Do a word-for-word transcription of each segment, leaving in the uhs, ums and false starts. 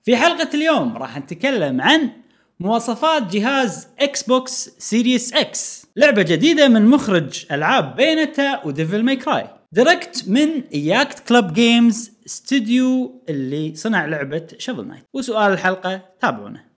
في حلقة اليوم راح نتكلم عن مواصفات جهاز اكس بوكس سيريس اكس، لعبة جديدة من مخرج العاب بينتا وديفل ماي كراي، دايركت من ياكت كلوب جيمز استوديو اللي صنع لعبة شافل نايت. وسؤال الحلقة تابعونا.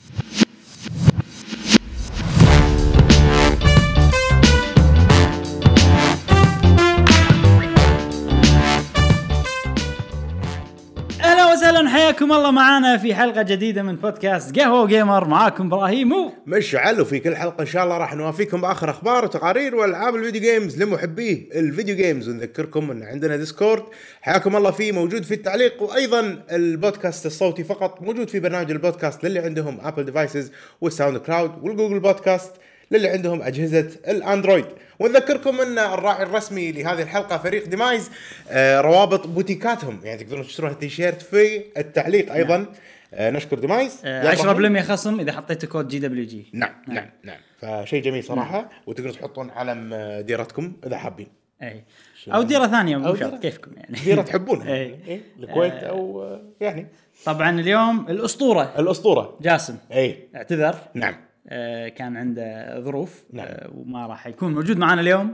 اهلا وسهلا، حياكم الله معنا في حلقه جديده من بودكاست قهوه جيمر. معاكم ابراهيم مشعل، وفي كل حلقه ان شاء الله راح نوافيكم باخر اخبار وتقارير والعاب الفيديو جيمز لمحبيه الفيديو جيمز. ونذكركم ان عندنا ديسكورد حياكم الله فيه، موجود في التعليق، وايضا البودكاست الصوتي فقط موجود في برنامج البودكاست للي عندهم ابل ديفايسز والساوند كلاود والجوجل بودكاست للي عندهم اجهزه الاندرويد. ونذكركم ان الراعي الرسمي لهذه الحلقه فريق ديمايز، آه روابط بوتيكاتهم يعني تقدرون تشترون التيشيرت في التعليق ايضا. نعم. آه نشكر ديمايز. آه عشرة بالمية خصم اذا حطيتوا كود جي دبليو جي. نعم نعم نعم, نعم. فشيء جميل صراحه. نعم. وتقدرون تحطون علم ديرتكم اذا حابين، اي او ديره ثانيه مو شرط، كيفكم يعني ديره تحبونها. اي الكويت او يعني. طبعا اليوم الاسطوره الاسطوره جاسم اي اعتذر. نعم. آه كان عنده ظروف. نعم. آه وما راح يكون موجود معنا اليوم.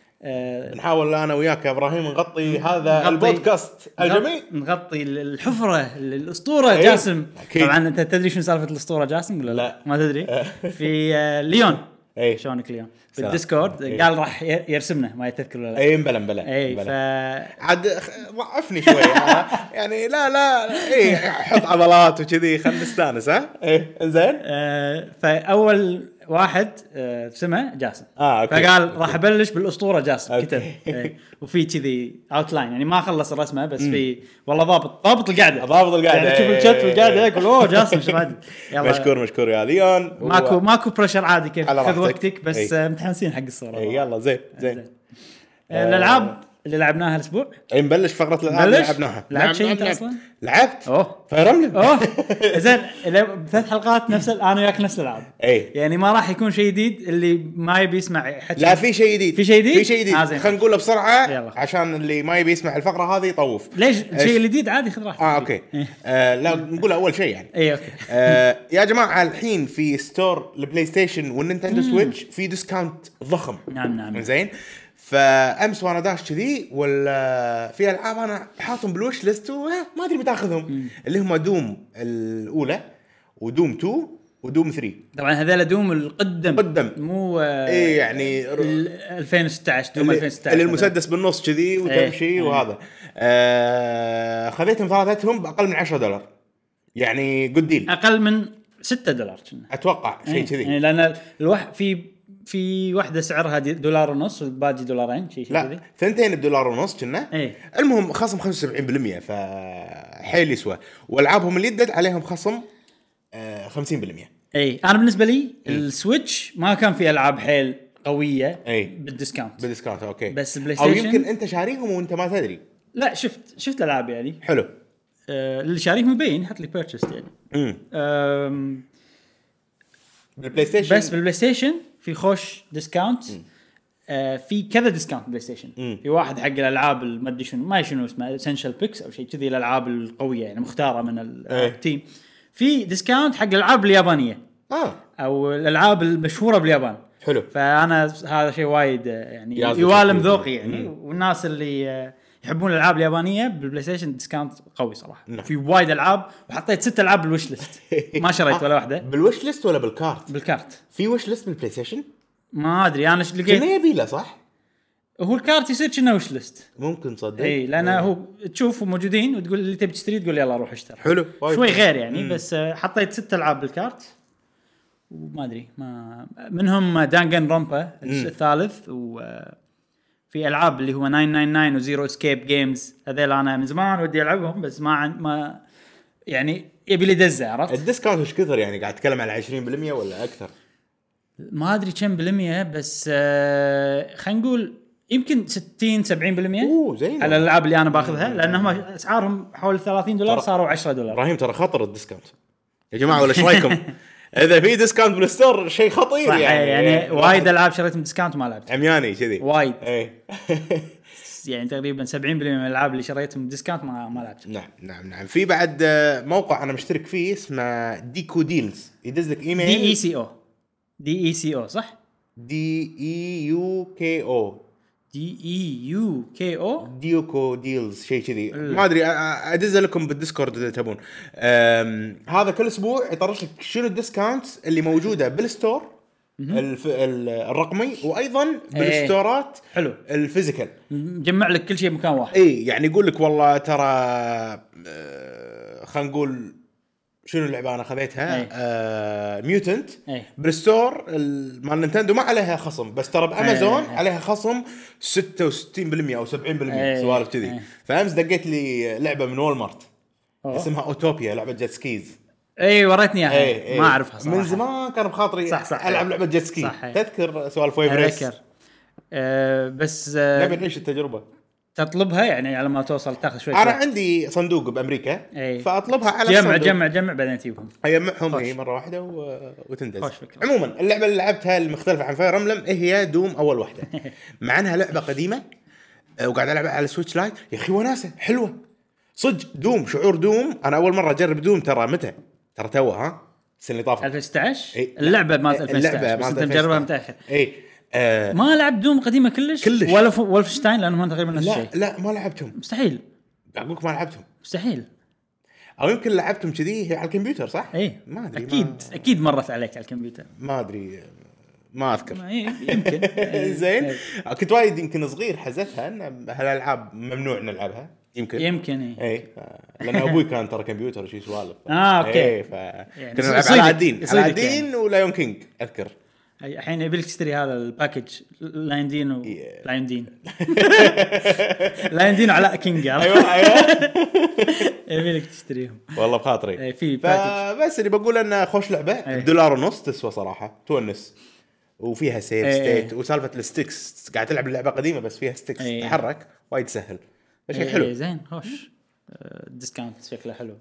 آه نحاول انا وياك يا ابراهيم نغطي هذا البودكاست الجميل، نغطي الحفره الاسطوره أيه. جاسم أكيد. طبعا انت تدري شنو سالفه الاسطوره جاسم ولا لا, لا. ما تدري. في آه ليون اي شلونك اليوم بالديسكورد أيه. قال راح يرسمنا، ما يتذكر ولا لا. اي مبلا مبلا اي ف عاد ضعفني شوي يعني لا لا اي حط عضلات وكذي خلينا نستانس. ها اي زين. آه فاول واحد آه سمه جاسم. آه، أوكي. فقال راح ابلش بالاسطوره جاسم كتب. إيه. وفي كذي اوتلاين يعني ما خلص الرسمه بس. م. في والله ضابط ضابط القعده ضابط القعده يعني تشوف الشات في القعده يقول اوه جاسم شو هذا. مشكور مشكور يا ليون. ماكو ماكو بريشر عادي، كيف خذ وقتك بس. ايه. متحمسين حق الصوره. ايه يلا زين زين. آه الالعاب اللي لعبناها الاسبوع. اي نبلش فقره الالعاب اللي لعبناها. لعبت شيء انت اصلا؟ لعبت اوه فاير امبلم. اوه زين. ثلاث حلقات نفس انا وياك نفس الالعاب. اي يعني ما راح يكون شيء جديد اللي ما يبي يسمع حكي. لا في شيء جديد، في شيء جديد في شيء جديد. آه خلينا نقوله بسرعه عشان اللي ما يبي يسمع الفقره هذه يطوف. ليش الشيء الجديد عادي خذ راحتك. اه اوكي. آه لا نقول اول شيء يعني. اي اوكي. آه يا جماعه الحين في ستور البلاي ستيشن والنينتندو سويتش في ديسكاونت ضخم. نعم نعم زين. فامس وانا داش كذي ولا في العاب انا حاطهم بالوش ليست وما ادري بتاخذهم، اللي هم دوم الاولى ودوم اثنين ودوم ثلاثة. طبعا هذول دوم القدم قدم مو اي يعني ألفين وستة عشر دوم ألفين وستة عشر اللي المسدس بالنص كذي وتمشي. ايه. وهذا آه خذيتهم ثلاثتهم باقل من عشرة دولار يعني جود ديل. اقل من ستة دولار كنا اتوقع شيء كذي. يعني لان الواحد في في واحدة سعرها دولار ونص والباقي دولارين شيء شيء كذي. ثنتين بدولار ونص كنا. ايه. المهم خصم خمسة وسبعين بالمية فحيل يسوى، والعابهم اللي يدد عليهم خصم آه خمسين بالمية. اي انا بالنسبه لي السويتش ما كان في العاب حيل قويه. اي. بالديسكاونت بالديسكاونت اوكي. بس بلاي ستيشن او يمكن انت شاريهم وانت ما تدري. لا شفت شفت الالعاب يعني حلو. آه اللي شاريهم مبين يحط لي بيرتشيز يعني. امم بالبلاي ستيشن بس بالبلاي ستيشن في خوش ديسكاونت. آه في كذا ديسكاونت بلاي ستيشن. مم. في واحد حق الالعاب ما ادري شنو ما شنو اسمه اسنشال بيكس او شيء كذي، الالعاب القويه يعني مختاره من التيم. في ديسكاونت حق الالعاب اليابانيه اه او الالعاب المشهوره باليابان. حلو. فانا هذا شيء وايد يعني يوالم ذوقي يعني. مم. والناس اللي يحبون الالعاب اليابانيه بالبلاي ستيشن ديسكاونت قوي صراحه. نعم. في وايد العاب وحطيت ست العاب بالوش ليست ما شريت ولا واحده. بالوش ليست ولا بالكارت؟ بالكارت. في وش ليست بالبلاي ستيشن ما ادري انا ايش لقيت. كنا يبي له صح. هو الكارت يصير كنا وش ليست ممكن تصدق. اي لانه مم. هو تشوفه موجودين وتقول اللي تبي تشتري تقول يلا روح اشتري. حلو شوي غير يعني. مم. بس حطيت ست العاب بالكارت وما ادري ما منهم دانجن رومبا الثالث، وفي العاب اللي هو تسعمية وتسعة وتسعين وزيرو اسكيب جيمز. هذول انا من زمان ودي العبهم بس ما عن ما يعني يبي لي دزه. عرفت الديسكاونت ايش كثر يعني؟ قاعد اتكلم على عشرين بالمية ولا اكثر؟ ما ادري كم بالمية بس آه خلينا نقول يمكن ستين سبعين بالمية. اوه زين على الالعاب اللي انا باخذها لانهم اسعارهم حول ثلاثين دولار صاروا عشرة دولار. ابراهيم ترى خطر الديسكاونت يا جماعه ولا ايش رايكم؟ اذا في ديسكاونت بالستور شيء خطير يعني. يعني وايد العاب شريتهم ديسكاونت ما لعبت عمياني كذي وايد. اي يعني تقريبا سبعين بالمئة من الالعاب اللي شريتهم ديسكاونت ما ما لعبت. نعم نعم نعم. في بعد موقع انا مشترك فيه اسمه ديكو ديلز، يدز لك ايميل. دي اي سي او دي اي سي او صح؟ دي اي يو كي او دي اي يو كي او ديوكو ديلز شيء كذي ما ادري. ادز لكم بالديسكورد اذا تبون. هذا كل اسبوع يطرش لك شنو الديسكاونتس اللي موجوده بالستور الف... الرقمي وايضا بالستورات حلو الفيزيكال، مجمع لك كل شيء بمكان واحد. اي يعني يقول لك والله ترى خلينا نقول شنو اللعبه انا خذيتها آه ميوتنت بالستور مال نينتندو ما عليها خصم، بس ترى بامازون أي. عليها خصم ستة وستين بالمئة او سبعين بالمئة سوالف كذي. فامس دقيت لي لعبه من وولمارت اسمها اوتوبيا، لعبه جيت سكيز. اي وريتني اياها ما اعرفها صراحه، من زمان كان بخاطري صح صح العب لعبه جيت سكي. تذكر سوالف ويف ريس؟ أه بس أه نبي نعيش التجربه. تطلبها يعني على ما توصل تاخذ شوي. انا عندي صندوق بامريكا أي. فاطلبها على جمع الصندوق. جمع جمع بعدين تجيبهم اجمعهم هي مره واحده و... وتندز. عموما اللعبه اللي لعبتها المختلفه عن فاير امبلم هي دوم اول واحده مع انها لعبه قديمه وقاعد العبها على سويتش لايت. يا اخي وناسه حلوه صدق. دوم شعور دوم انا اول مره اجرب دوم ترى متى ترى توها ها السنه اللي طافت ألفين وستة عشر. إيه. اللعبه مالت ألفين وستة عشر اللعبه بس انت مجربها متاخر. اي آه. ما لعب دوم قديمه كلش, كلش. ولا ف... ولفشتاين لانهم تقريبا نفس الشيء. لا لا ما لعبتهم مستحيل. اقولك ما لعبتهم مستحيل. او يمكن لعبتهم كذي على الكمبيوتر صح. اي ما ادري اكيد ما... اكيد مرت عليك على الكمبيوتر ما ادري ما اذكر يمكن زين. كنت وايد يمكن صغير حزتها ان هالالعاب ممنوع نلعبها يمكن يمكن اي لان ابوي كان ترى كمبيوتر وشي سوالف اه اوكي اي ف يعني كنا نلعب على الدين على الدين يعني. ولايون كينج اذكر الحين يبي لك تشتري هذا الباكج لاين دين و yeah. لاين دين لاين دين وعلاء كينج. ايوه ايوه يبي لك تشتريهم والله بخاطري. في باكج بس اللي بقول انه خوش لعبه دولار ونص تسوى صراحه تونس وفيها سيف ستيت وسالفه الستيكس قاعد تلعب اللعبه قديمه بس فيها ستيكس تتحرك وايد سهل شيء حلو زين خوش. الديسكاونت شكله حلو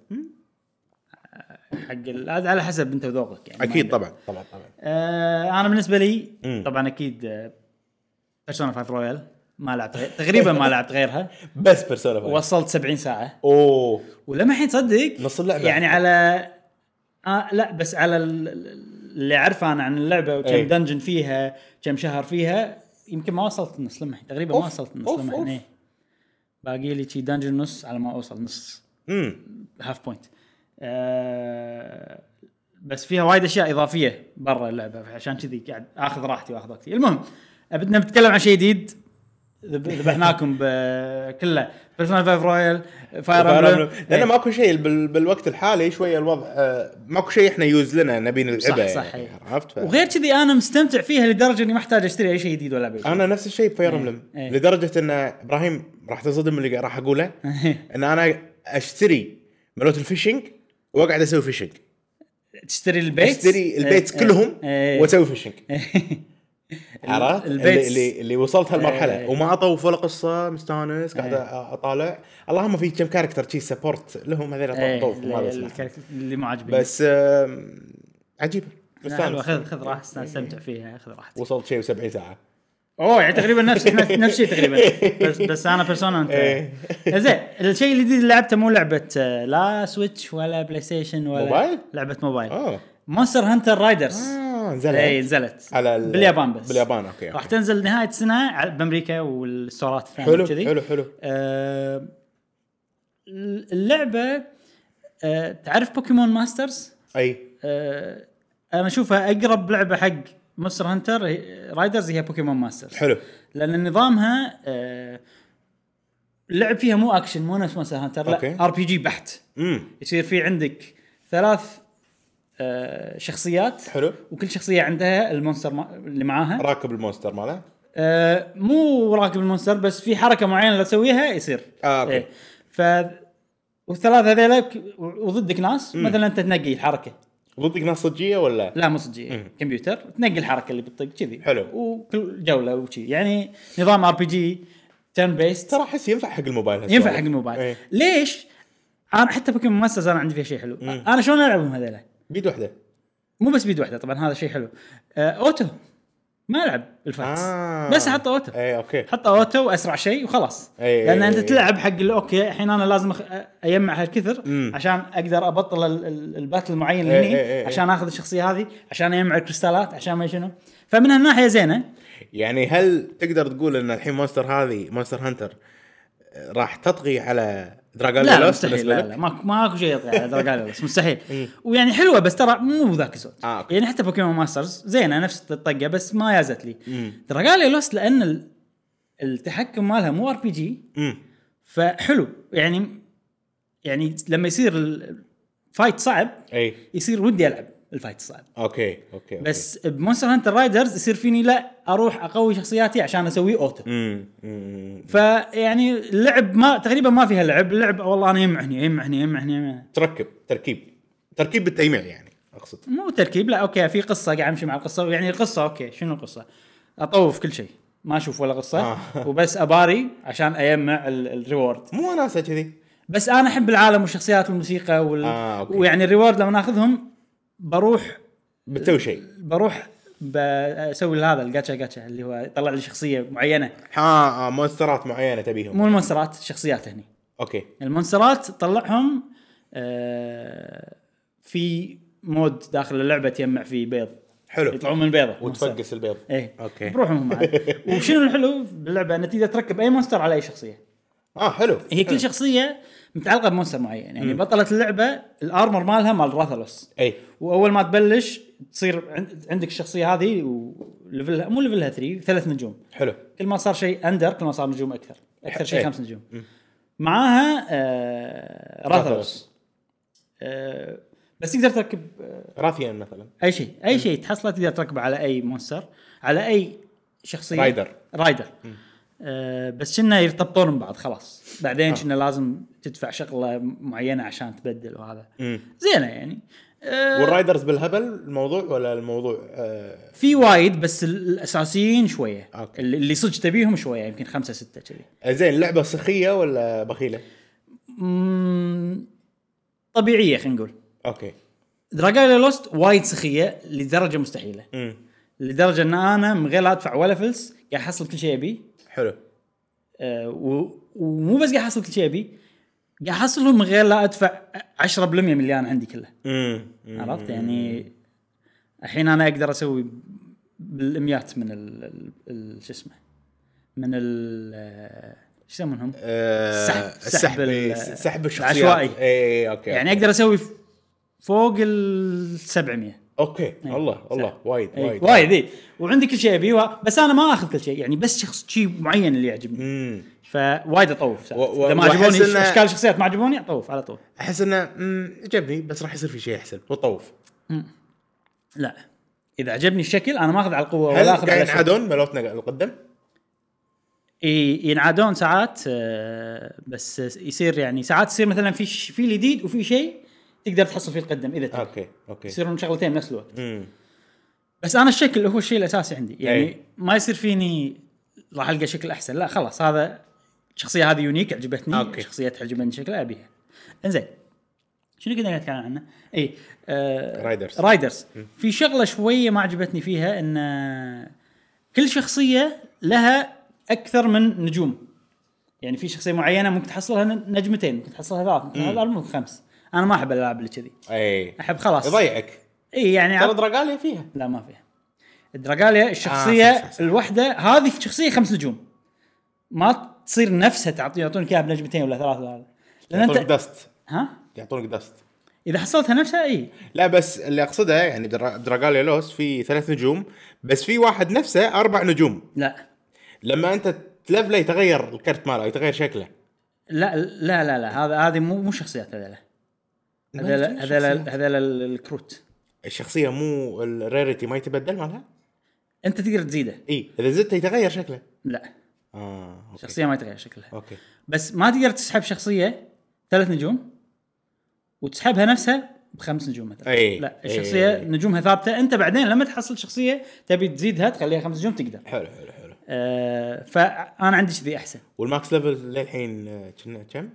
حق هذا على حسب انت وذوقك يعني. اكيد طبعا طبعا طبعا. آه انا بالنسبه لي مم. طبعا اكيد بيرسونا فايف رويال ما لعبت غير تقريبا ما لعبت غيرها بس بيرسونا فايف وصلت سبعين ساعه. اوه ولما الحين تصدق نص اللعبه يعني على آه لا بس على اللي عارفه انا عن اللعبه وكم ايه. دنجن فيها كم شهر فيها يمكن ما وصلت النص لما تقريبا ما وصلت النص لما الحين باقي لي شي دنجن نص على ما اوصل نص امم هاف بوينت. أه بس فيها وايد اشياء اضافيه برا اللعبه عشان كذي قاعد اخذ راحتي واخذ وقتي. المهم بدنا نتكلم عن شيء جديد ذبحناكم بكله بيرسونا فايف رويال فاير امبلم لان ماكو شيء بالوقت الحالي شويه الوضع ماكو شيء احنا يوز لنا نبي نلعبه صح صح يعني. عرفت ف... وغير كذي انا مستمتع فيها لدرجه اني ما احتاج اشتري اي شيء جديد ولا بيت. انا نفس الشيء بفاير امبلم ايه. لدرجه ان ابراهيم راح تصدم اللي راح اقوله ان انا اشتري ملوت الفيشنج واقعد اسوي فيشنج. تشتري البيت اشتري البيت ايه. كلهم ايه. واسوي فيشنج عرفت اللي, اللي اللي وصلت هالمرحله ايه. وما اطوف ولا قصه مستانس قاعد ايه. اطالع اللهم في كم كاركتر شي سبورت لهم هذول ايه. طوف وما اللي مو عاجبني بس عجيب مستانس خذ خذ راح استمتع فيها خذ راحتك. وصلت شيء وسبعين ساعه اوه يعني تقريبا نفس نفس الشيء تقريبا بس بس انا بيرسونا انت زين. الشيء الجديد اللي لعبته مو لعبه لا سويتش ولا بلاي ستيشن ولا موبايل؟ لعبه موبايل اه مونستر هانتر رايدرز. اه نزلت اي نزلت على ال... باليابان بس باليابان اوكي, أوكي. راح تنزل نهايه السنه بامريكا والستورات حلو كذي. حلو حلو آه اللعبه آه تعرف بوكيمون ماسترز؟ اي آه انا اشوفها اقرب لعبه حق مونستر هانتر رايدرز هي بوكيمون ماسترز. حلو لان نظامها آه اللعب فيها مو اكشن مو نفس مونستر هانتر لا ار بي جي بحت. امم يصير في عندك ثلاث آه شخصيات حلو وكل شخصيه عندها المونستر ما... اللي معاها راكب المونستر ماله آه مو راكب المونستر بس في حركه معينه لو تسويها يصير اه اوكي إيه. ف والثلاث هذول وضدك ناس مم. مثلا انت تنقي الحركه ضدك ناس صجيه ولا لا مو صجيه كمبيوتر تنقي الحركه اللي بتطق كذي حلو وكل جوله وشي يعني نظام ار بي جي تيرن بيست. ترى احس ينفع حق الموبايل ينفع حق الموبايل ايه. ليش انا حتى بوكيمون ماسترز انا عندي فيها شيء حلو. مم. انا شلون العبهم هذول بيد واحده مو بس بيد واحده طبعا هذا شيء حلو آه اوتو ما العب الفايتس آه. بس حط اوتو. اي اوكي حط اوتو واسرع شيء وخلاص. أي لان أي انت أي. تلعب حق الاوكي الحين انا لازم أخ... اجمع هالكثر مم. عشان اقدر ابطل ال- ال- الباتل المعين أي اللي أي أي هني عشان اخذ الشخصيه هذه عشان اجمع الكريستالات عشان ما شنو. فمن هالناحيه زينه. يعني هل تقدر تقول ان الحين مونستر هذه مونستر هانتر راح تطغي على دراغون لا لوست؟ مستحيل. لا, لك؟ لا ماكو ماكو شيء يطلع على دراغون لوست مستحيل. ويعني حلوه بس ترى مو ذاك الزود. آه، أوكي. يعني حتى بوكيمون ماسترز زينه نفس الطقه بس ما يازت لي. دراغون لوست لان ال- التحكم مالها مو ار بي جي امم فحلو. يعني يعني لما يصير الفايت صعب اي يصير ودي العب الفايت الصعب. اوكي اوكي, أوكي. بس بمونستر هانتر رايدرز يصير فيني لا اروح اقوي شخصياتي عشان اسوي اوتو. امم امم فيعني اللعب ما تقريبا ما فيها لعب. اللعب والله انا يمعني يمعني يمعني, يمعني. تركب تركيب تركيب بالتجميع يعني اقصد مو تركيب لا اوكي في قصه قاعد امشي مع القصه. يعني القصه اوكي شنو القصه اطوف كل شيء ما اشوف ولا قصه آه. وبس اباري عشان اجمع ال- الريورد. مو وناسه كذي. بس انا احب العالم والشخصيات والموسيقى وال... آه، أوكي. ويعني الريورد لما ناخذهم بروح بتسوي شيء بروح بسوي هذا الجاتشا جاتشا اللي هو يطلع لي شخصيه معينه. ها آه مونسترات معينه تبيهم. مو المونسترات الشخصيات هني. اوكي المونسترات تطلعهم آه في مود داخل اللعبه تجمع فيه بيض. حلو يطلعون من البيضه وتفقس البيض. ايه اوكي بروحهم معي. وشنو الحلو باللعبه ان تقدر تركب اي مونستر على اي شخصيه. اه حلو هي كل حلو. شخصيه متعلقه بمونستر معين. يعني بطلت اللعبه الارمر مالها مال راثلوس. اي واول ما تبلش تصير عند- عندك الشخصيه هذه وليفلها مو ليفلها ثلاثة ثلاث نجوم. حلو كل ما صار شيء اندر كل ما صار نجوم اكثر. اكثر شيء إيه. خمس نجوم. معاها آه راثلوس. آه بس تقدر تركب آه راثيان مثلا اي شيء اي شيء تحصله تقدر تركبه على اي مونستر على اي شخصيه. رايدر. رايدر آه بس كنا يرتبطون ببعض خلاص. بعدين كنا لازم تدفع شغله معينه عشان تبدل وهذا مم. زينه يعني. آه والرايدرز بالهبل الموضوع ولا الموضوع آه في وايد بس ال- الاساسيين شويه. أوكي. اللي اللي صدق تبيهم شويه يمكن خمسة ستة كذي. زين اللعبه سخيه ولا بخيله؟ مم، طبيعيه خلينا نقول. اوكي دراغون لوست وايد سخيه لدرجه مستحيله. امم لدرجه ان انا من غير لا ادفع ولا فلس قاعد احصل كل شيء ابي. حلو أه و- ومو بس قاعد احصل كل شيء ابي قاعد احصله من غير لا ادفع عشرة بالمية من اللي انا عندي كله. امم عرفت يعني الحين انا اقدر اسوي بالمئات من ال ال- ال- شو اسمه من ال شو يسمونهم آه سحب- السحب سحب ال- السحب سحب الشخصيات العشوائي. اي اي اوكي يعني اقدر اسوي ف- فوق ال سبعمية. اوكي الله الله وايد أي، وايد وايد اي وعندي كل شيء ابي و... بس انا ما اخذ كل شيء يعني بس شخص شيء معين اللي يعجبني. امم فوايد اطوف و- و- اذا ما وأحس عجبوني إنه- اشكال الشخصيات ما عجبوني اطوف على طول. احس انه مم، عجبني بس راح يصير في شيء احسن وطوف. لا اذا عجبني الشكل انا ما اخذ على القوه هل ولا اخذ قاعد على شيء. ينعادون ملوتنا القدم؟ اي ينعادون ساعات آه، بس يصير يعني ساعات يصير مثلا في ش... في الجديد وفي شيء تقدر تحصل فيه القدم اذا تبي. اوكي اوكي يصيرون شغلتين بنفس الوقت. امم بس انا الشكل هو الشيء الاساسي عندي يعني أي. ما يصير فيني راح القى شكل احسن. لا خلاص هذا الشخصيه هذه يونيك عجبتني. أوكي. شخصيه تعجبني شكلها ابيها. انزين شنو كنا نتكلم عنه؟ اي آه رايدرز. رايدرز في شغله شويه ما عجبتني فيها ان آه، كل شخصيه لها اكثر من نجوم. يعني في شخصيه معينه ممكن تحصلها نجمتين ممكن تحصلها ثلاث ممكن تحصلها ممكن خمس. انا ما احب الالعاب اللي كذي. اي احب خلاص يضيعك. اي يعني ترى عب... دراغاليا فيها. لا ما فيها. الدراغاليا الشخصيه آه، صح، صح، صح. الوحده هذه شخصيه خمس نجوم ما تصير نفسها تعطي يعطونك اياها بنجمتين ولا ثلاث هذا لان يعطونك انت دست ها يعطونك دست. اذا حصلتها نفسها اي لا بس اللي اقصده يعني درا- دراغاليا لوس في ثلاث نجوم بس في واحد نفسه اربع نجوم. لا لما انت تلفله يتغير الكرت ماله يتغير شكله. لا لا لا لا هذا هذه مو مو شخصيات هذول هذول هذول هذول الكروت. الشخصيه مو الريريتي ما يتبدل مالها. انت تقدر تزيده. اي اذا زدته يتغير شكله. لا اه أوكي. شخصيه ما يتغير شكلها. اوكي بس ما تقدر تسحب شخصيه ثلاث نجوم وتسحبها نفسها بخمس نجوم مثلا. أي. لا الشخصيه أي. نجومها ثابته. انت بعدين لما تحصل شخصيه تبي تزيدها تخليها خمس نجوم تقدر. حلو حلو حلو. آه فانا عندي كذي احسن. والماكس ليفل للحين آه، كنا كم؟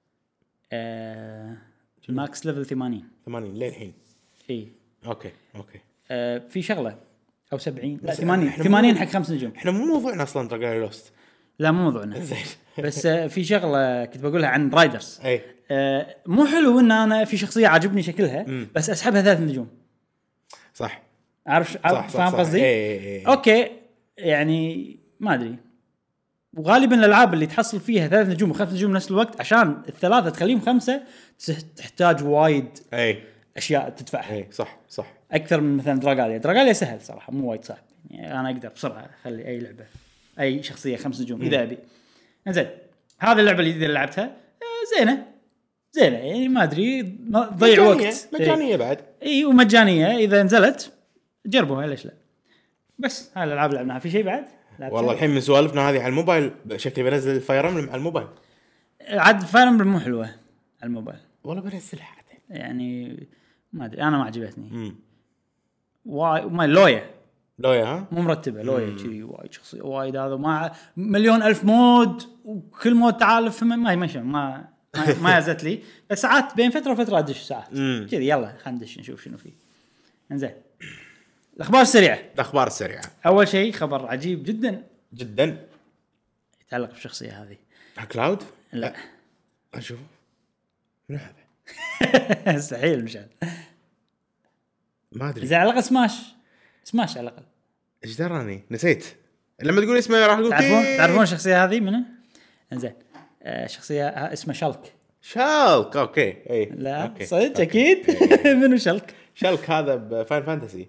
آه الماكس ليفل ثمانين. ثمانين للحين. اي اوكي اوكي آه في شغله او سبعين لا ثمانين ثمانين حق خمس نجوم. احنا مو موضوعنا اصلا دراجون لوست. لا مو موضوعنا. بس في شغله كنت بقولها عن رايدرز. اي آه مو حلو ان انا في شخصيه عاجبني شكلها مم. بس اسحبها ثلاث نجوم. صح عارف فاهم قصدي؟ اي اي. اوكي يعني ما ادري. وغالبا الالعاب اللي تحصل فيها ثلاث نجوم وخمس نجوم نفس الوقت عشان الثلاثه تخليهم خمسه تحتاج وايد اي اشياء تدفعها. اي صح صح. اكثر من مثلا دراغاليا. دراغاليا سهل صراحه مو وايد صعب يعني انا اقدر بسرعه اخلي اي لعبه اي شخصيه خمس نجوم اذا ابي. زين هذه اللعبه اللي اللي لعبتها زينه زينه يعني ما ادري ضيع وقت مجانيه بعد. اي ومجانيه اذا نزلت جربوها ليش لا. بس هاي الالعاب لعبناها. في شيء بعد والله الحين من سوالفنا هذه على الموبايل شكلي بنزل فاير امبلم على الموبايل. عاد فاير امبلم مو حلوه على الموبايل والله بنزلها يعني ما ادري انا ما عجبتني. امم واي ما لويا لويا ها مو مرتبه لويا كذي وايد شخصيه وايد هذا مع مليون الف مود وكل مود تعال ما ما ما ما, ما يزت لي. بس ساعات بين فتره وفتره ادش ساعات كذي يلا خلينا ندش نشوف شنو فيه. انزين الاخبار السريعه. الاخبار السريعه اول شيء خبر عجيب جدا جدا يتعلق بالشخصيه هذه. كلاود لا اشوف من هذا مستحيل مش ما ادري. زين على الاقل سماش سماش على الاقل. ايش دراني نسيت لما تقول اسمه راح اقول تعرفون تعرفون الشخصيه هذه منو؟ انزين آه شخصيه اسمها شلك. شلك اوكي اي لا صدق اكيد منو شلك؟ شلك هذا بفاين فانتسي.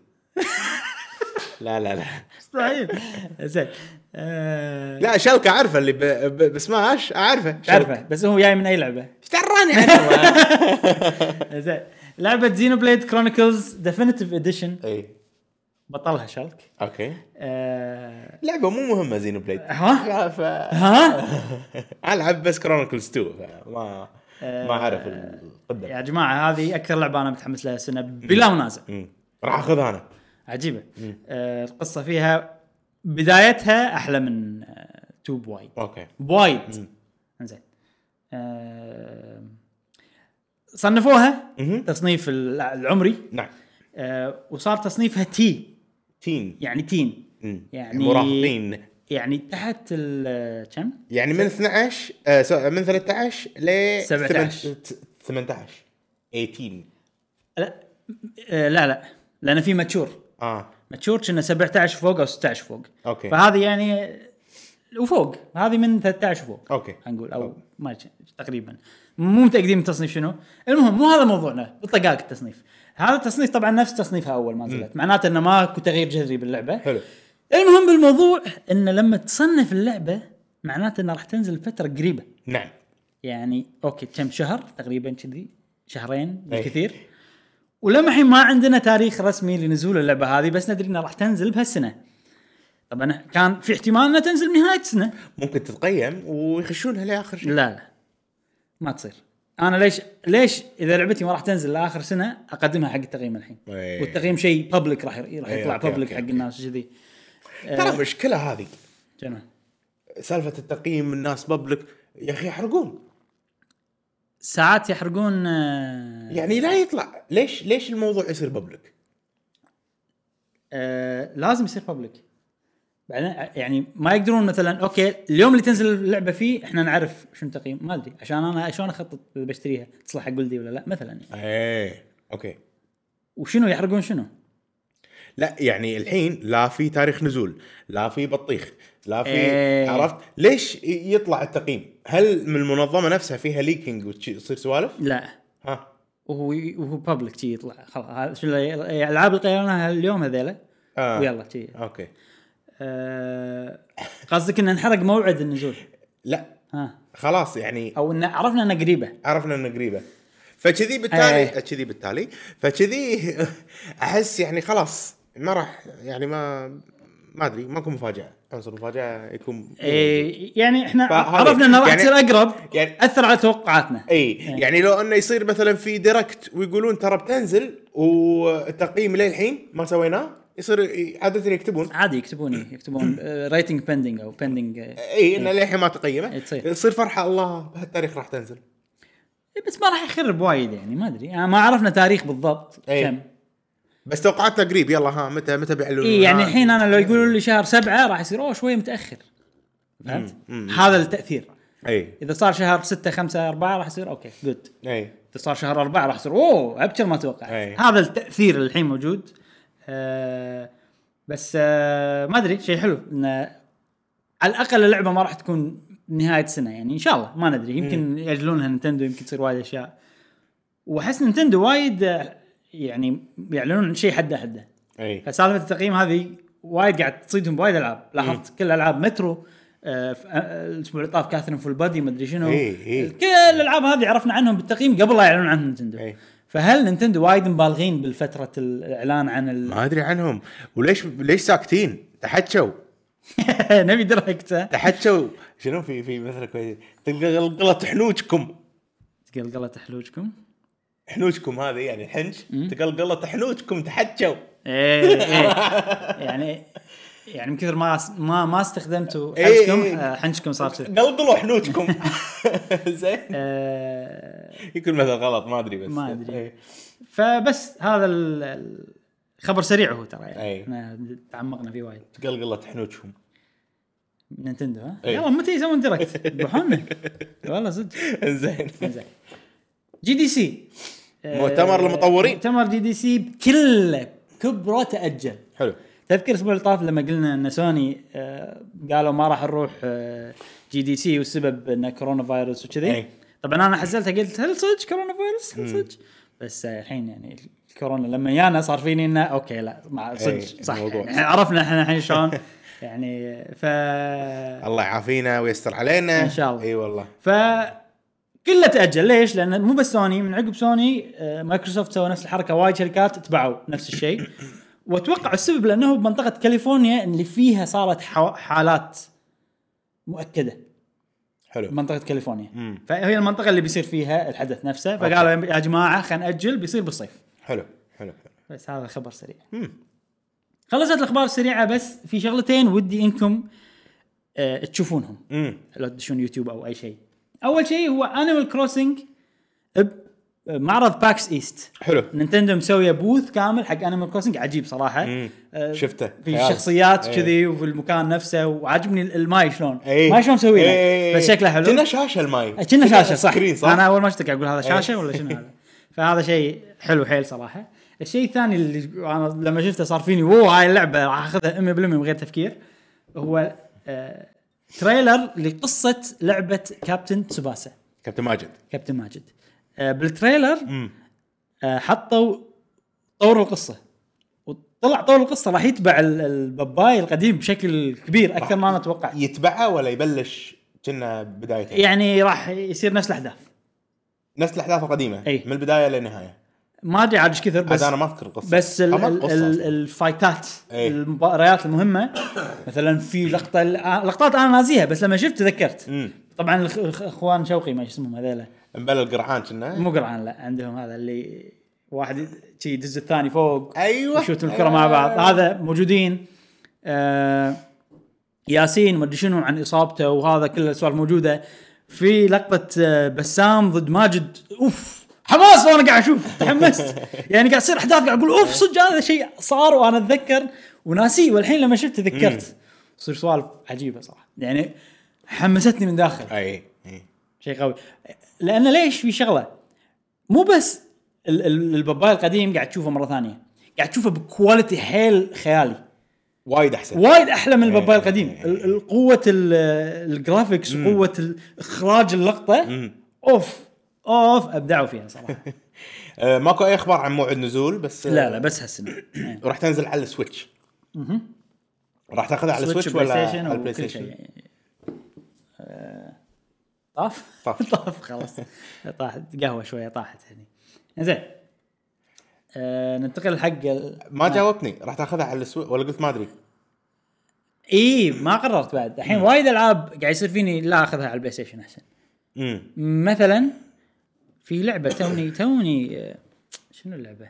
لا لا لا مستحيل. زين آه... لا شلك اعرفه اللي بسماش اعرفه اعرفه بس هو جاي من اي لعبه ايش دراني عنه. زين لعبه زينو بليد كرونيكلز ديفينيتيف اديشن اي بطلها شلك. اوكي آه... لعبه مو مهمه زينو بليد. ها ف... ها العب بس كرونيكلز تو ما ما اعرف القدم. يا جماعه هذه اكثر لعبه انا متحمس لها السنه بلا منازع. راح اخذها انا. عجيبه. آه القصه فيها بدايتها احلى من آه توب وايد. اوكي وايد. انزين آه صنفوها مم. تصنيف العمري. نعم. آه وصار تصنيفها تي تين يعني تين مم. يعني مراهقين يعني تحت ال كم يعني من اثنا عشر آه من ثلاثة عشر ل سبعة عشر ثمانية عشر ثمانية عشر. لا آه لا لا لأن في ماتشور. اه ماتشور كنا سبعة عشر فوق او ستة عشر فوق. اوكي فهذه يعني وفوق هذه من ثلاثة عشر فوق. اوكي هنقول او أوكي. ما تقريبا مو متاكدين من التصنيف شنو. المهم مو هذا موضوعنا بالطقاق التصنيف. هذا التصنيف طبعا نفس تصنيفها اول ما نزلت معناته انه ماكو تغيير جذري باللعبه. حلو. المهم بالموضوع ان لما تصنف اللعبه معناته انها راح تنزل فتره قريبه. نعم يعني اوكي كم شهر تقريبا كذي شهرين بالكثير. أي. ولما الحين ما عندنا تاريخ رسمي لنزول اللعبه هذه بس ندري انها راح تنزل بهالسنه. طبعا كان في احتمال انها تنزل بنهايه السنه. ممكن تتقيم ويخشونها لاخر شيء. لا لا ما تصير. انا ليش ليش اذا لعبتي ما راح تنزل لاخر سنه اقدمها حق التقييم الحين. أي. والتقييم شيء بابليك راح راح يطلع بابليك حق الناس كذي. ترى آه. مشكله هذه جميل. سالفه التقييم الناس بابليك يا اخي يحرقون ساعات يحرقون. يعني لا يطلع ليش ليش الموضوع يصير بابليك. آه لازم يصير بابليك بعدين يعني ما يقدرون مثلا اوكي اليوم اللي تنزل اللعبه فيه احنا نعرف شنو تقييم ما ادري عشان انا شلون اخطط اذا بشتريها تصلح حق ولدي ولا لا مثلا يعني. ايه اوكي. وشنو يحرقون شنو. لا يعني الحين لا في تاريخ نزول لا في بطيخ لا في إيه. عرفت ليش يطلع التقييم. هل من المنظمه نفسها فيها ليكينج وتصير سوالف. لا ها وهو وهو بابليك شيء يطلع خلاص هذا شو الالعاب اللي قيلناها اليوم هذيلا. آه. ويلا شيء اوكي. آه قصدك ان انحرق موعد النزول. لا ها خلاص يعني او ان عرفنا انها قريبه عرفنا انها قريبه فكذي بالتالي كذي بالتالي فكذي احس يعني خلاص ما راح يعني ما ما ادري ماكو مفاجاه عنصر مفاجاه يكون إيه يعني احنا عرفنا انه راح يعني تصير اقرب يعني اثر على توقعاتنا. اي يعني, يعني لو انه يصير مثلا في ديركت ويقولون ترى بتنزل والتقييم للحين ما سويناه يصير عادة يكتبون عادي يكتبون يكتبون ريتنج بيندينج او بيندينج اي انه للحين ما تقيمه يصير فرحه الله بهالتاريخ راح تنزل. بس ما راح يخرب وايد يعني ما ادري انا ما عرفنا تاريخ بالضبط كم بس توقعاتنا قريب. يلا ها متى متى بيعلنون؟ إيه يعني الحين انا لو يقولوا لي شهر سبعة راح يصير اوه شويه متاخر. فهمت؟ هذا التاثير. اي اذا صار شهر ستة خمسة أربعة راح يصير اوكي جود. اي اذا صار شهر أربعة راح يصير اوه ابشر ما توقعت. أي. هذا التاثير الحين موجود. آه بس آه ما ادري شيء حلو ان على الاقل اللعبه ما راح تكون نهايه السنه يعني ان شاء الله ما ندري يمكن ياجلونها نينتندو يمكن تصير وايد اشياء. واحس نينتندو وايد يعني يعلنون عن شيء حده حده. اي فسالفه التقييم هذه وايد قاعد تصيدهم بوايد العاب. لاحظت كل العاب مترو آه الاسبوع اللي طاف كاثرين فول بادي ما ادري شنو. إيه إيه. كل الالعاب هذه عرفنا عنهم بالتقييم قبل لا يعلنون عنهم نينتندو. إيه. فهل نينتندو وايد مبالغين بالفتره الاعلان عن ال... ما ادري عنهم وليش ليش ساكتين تحكوا نبي دركته تحكوا شنو في في مثلا كويس تقلقلة حنوجكم تقلقلة حلوجكم حنوجكم هذه يعني الحنج تقلقلة حنوجكم تحكوا ايه ايه يعني يعني من كثر ما ما ما استخدمتوا إيه حنجكم إيه. حنجكم صار كذا قلقلوا حنوجكم زين آه يكون مثل غلط ما ادري بس ما ادري إيه. فبس هذا الخبر سريع هو ترى يعني أي. احنا تعمقنا فيه وايد. تقلقلة حنوجكم نينتندو ها أي. يلا متى يسوون ديركت بحولنا والله صدق زين زين جي دي سي مؤتمر المطورين مؤتمر جي دي سي بكل كبره تاجل. حلو تذكر الاسبوع اللي طاف لما قلنا ان سوني آه قالوا ما راح نروح آه جي دي سي والسبب ان كورونا فايروس وكذي. أي. طبعا انا حزلتها قلت هل صدق كورونا فايروس هل صدق بس آه الحين يعني الكورونا لما جانا صار فيني انه اوكي لا مع صدق صح يعني عرفنا احنا الحين شلون يعني ف الله يعافينا ويستر علينا ان شاء الله. اي والله ف كله تاجل ليش؟ لان مو بس سوني من عقب سوني آه مايكروسوفت سووا نفس الحركه وايد شركات اتبعوا نفس الشيء. واتوقع السبب لانه بمنطقه كاليفورنيا اللي فيها صارت حالات مؤكده. حلو منطقه كاليفورنيا مم. فهي المنطقه اللي بيصير فيها الحدث نفسه. فقالوا يا جماعه خلينا ناجل بيصير بالصيف. حلو حلو حلو بس هذا خبر سريع. مم. خلصت الاخبار السريعه بس في شغلتين ودي انكم آه تشوفونهم مم. لو تدشون يوتيوب او اي شيء. اول شيء هو انيمال كروسنج معرض باكس ايست. حلو نينتندو مسويه بوث كامل حق انيمال كروسنج عجيب صراحه. آه شفته في الشخصيات كذي وفي المكان نفسه وعجبني الماي شلون ايه. ما شلون مسوينه ايه. بس شكله حلو. كنا شاشه الماي كنا شاشه صح. صح انا اول ما اشتكي اقول هذا شاشه ايه. ولا شنو هذا. فهذا شيء حلو حيل صراحه. الشيء الثاني اللي انا لما شفته صار فيني واو هاي اللعبه راح اخذها مية بالمية من غير تفكير هو آه تريلر لقصه لعبه كابتن تسوباسا كابتن ماجد كابتن ماجد. آه بالتريلر مم. آه حطوا طور القصه وطلع طور القصه راح يتبع الباباي القديم بشكل كبير اكثر ما انا اتوقع. يتبعه ولا يبلش كنا بدايته يعني راح يصير نفس الاحداث نفس الاحداث القديمه أي. من البدايه للنهايه. ما ادري عاد ايش كثر بس انا ما اذكر القصه بس ال ال ال الفايتات أي. المباريات المهمه مثلا في لقطه لقطات انا ناسيها بس لما شفت تذكرت. مم. طبعا الاخوان شوقي ما اسمهم هذول مبلل القرعان كنا مو قرعان لا عندهم هذا اللي واحد شي يدز الثاني فوق ايوه يشوتون الكره مع بعض هذا موجودين. آه ياسين ما ادري شنو عن اصابته وهذا كل السوالف موجوده في لقطه آه بسام ضد ماجد. اوف حماس وانا قاعد اشوف تحمست يعني قاعد تصير احداث قاعد اقول اوف صدق هذا شيء صار وانا اتذكر وناسي والحين لما شفت تذكرت. تصير سوالف عجيبه صراحه يعني حمستني من داخل. اي اي شيء قوي لان ليش في شغله مو بس الباباي القديم قاعد تشوفه مره ثانيه قاعد تشوفه بكواليتي حيل خيالي وايد احسن وايد احلى من الباباي القديم. القوه الجرافيكس وقوه اخراج اللقطه اوف اوف ابدعوا فيها صراحه. ماكو اي اخبار عن موعد نزول بس لا لا بس هالسنه راح تنزل على السويتش. اها راح تاخذها على السويتش ولا على البلاي ستيشن؟ طاف طاف طاف خلاص طاحت قهوه شويه طاحت هني زين. أه ننتقل حق ال... ما جاوبتني راح تاخذها على السويتش ولا قلت ما ادري. اي ما قررت بعد الحين وايد العاب قاعد يصير فيني لا اخذها على البلاي ستيشن احسن. امم مثلا في لعبه توني توني شنو اللعبه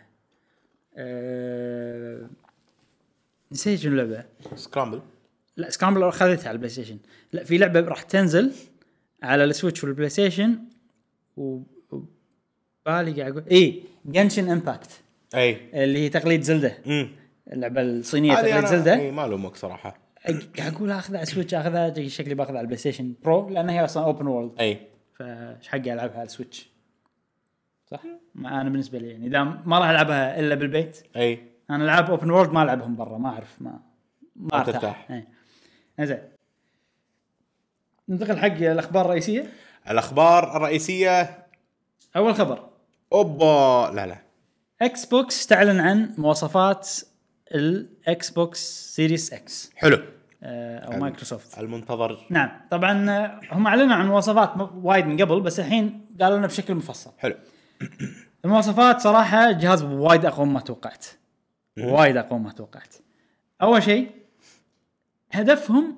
أه... نسيت شنو اللعبه. سكرامبل لا سكرامبل اخذتها على البلاي ستيشن. لا في لعبه راح تنزل على السويتش والبلاي ستيشن وبالي قاعد اقول اي جنشن امباكت. اي اللي هي تقليد زلدة، امم اللعبه الصينيه هذه تقليد انا زلدة. اي ما لومك صراحه. قاعد اقول اخذها على سويتش، اخذها شكلي باخذها على البلاي ستيشن برو لان هي اصلا اوبن وورلد، اي فايش حقي العبها على السويتش صح. ما انا بالنسبه لي يعني اذا ما راح العبها الا بالبيت، اي انا العاب اوبن وورلد ما العبهم برا، ما اعرف ما ما ارتاح. ترتاح. اي زين، ننتقل حق الاخبار الرئيسيه. الاخبار الرئيسيه، اول خبر، اوبا لا لا اكس بوكس تعلن عن مواصفات الاكس بوكس سيريس اكس حلو او مايكروسوفت المنتظر. نعم طبعا هم اعلنوا عن مواصفات وايد من قبل، بس الحين قالوا لنا بشكل مفصل. حلو. المواصفات صراحه جهاز وايد اقوى مما توقعت، وايد اقوى مما توقعت. اول شيء هدفهم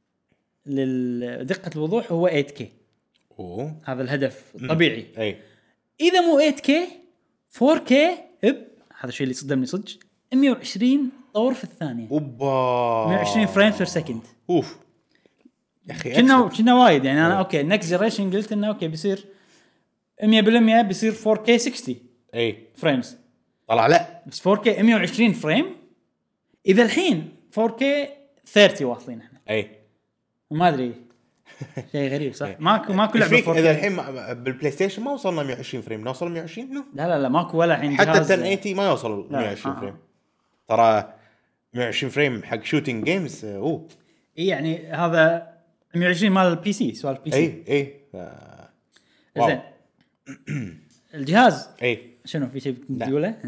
لدقه الوضوح هو ثمانية كي. اوه هذا الهدف الطبيعي. اي اذا مو ثمانية كي فور كي اب، هذا الشيء اللي صدمني صدق، مية وعشرين طور في الثانيه، اوبا مية وعشرين فريم بير سكند. اوف يا اخي كنا كنا وايد يعني. انا أوه. اوكي نكست جنريشن قلت انه اوكي بيصير مية بالمية بيصير فور كي ستين اي فريمز، طلع لا بس فور كي مية وعشرين فريم. اذا الحين فور كي ثلاثين واصلين احنا، اي ما ادري شيء غريب صح. ماكو ماكو لعبه فور كي. اذا الحين بالبلاي ستيشن ما وصلنا مية وعشرين فريم، نوصل مية وعشرين نو. لا لا لا ماكو ولا الحين حتى جهاز- عشرة ثمانين ما يوصل لا. مية وعشرين آه. فريم ترى. مية وعشرين فريم حق شوتينج جيمز اوه اي يعني هذا مية وعشرين مال البي سي، سؤال البي سي. اي اي آه. واو. زين الجهاز اي شنو في شيء تقوله؟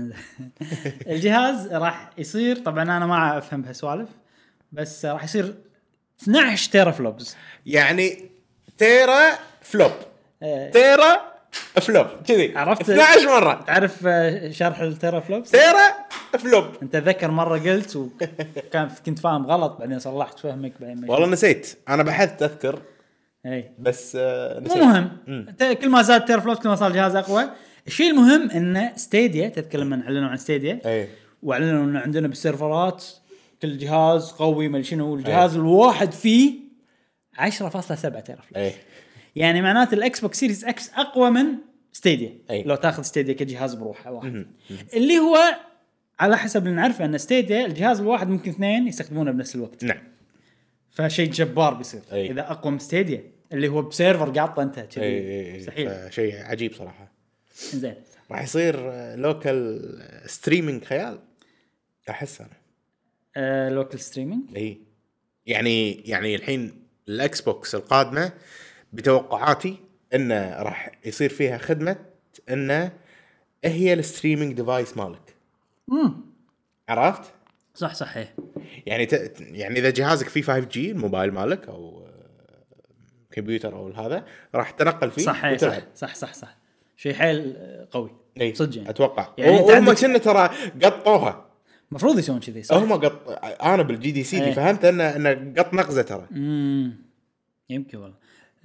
الجهاز راح يصير، طبعا انا ما افهم بهالسوالف، بس راح يصير اثناشر تيرا فلوبز. يعني تيرا فلوب آه، تيرا فلوب كذي عرفت؟ اثناشر مره تعرف آه، شرح التيرا فلوبز؟ تيرا فلوب. انت ذكر مره قلت وكان كنت فاهم غلط، بعدين صلحت فهمك بعدين ما- والله نسيت انا بحثت اذكر اي بس آه مو نسيت. مهم. مم. انت كل ما زاد تيرا فلوبز كل ما صار الجهاز اقوى. الشيء المهم ان ستيديا، تذكر لما اعلنوا عن ستيديا اي واعلنوا انه عندنا بالسيرفرات كل جهاز قوي ما شنو، الجهاز الواحد فيه عشرة فاصلة سبعة تيرا فلوبس. اي يعني معناته الاكس بوكس سيريس اكس اقوى من ستيديا. أي. لو تاخذ ستيديا كجهاز بروحه واحد، اللي هو على حسب اللي نعرفه ان ستيديا الجهاز الواحد ممكن اثنين يستخدمونه بنفس الوقت، نعم فشيء جبار بيصير. أي. اذا اقوى من ستيديا اللي هو بسيرفر قاطه انت اي كذي اي مستحيل. شيء عجيب صراحه. زين راح يصير لوكال ستريمينج خيال احس انا. آه لوكال ستريمينج. اي يعني يعني الحين الاكس بوكس القادمه بتوقعاتي انه راح يصير فيها خدمه انه هي الستريمينج ديفايس مالك. امم عرفت؟ صح صح ايه. يعني ت... يعني اذا جهازك فيه فايف جي الموبايل مالك او آه، كمبيوتر او هذا راح تنقل فيه صح, وتلعب. صح صح صح صح شيء حيل قوي اي صدق يعني. اتوقع يعني يعني أنت هم عندك- كنا ترى قطوها. المفروض يسوون كذي صح. هم قط انا بالجي دي سي اللي إيه. فهمت انه انه قط نقزه ترى. امم يمكن والله.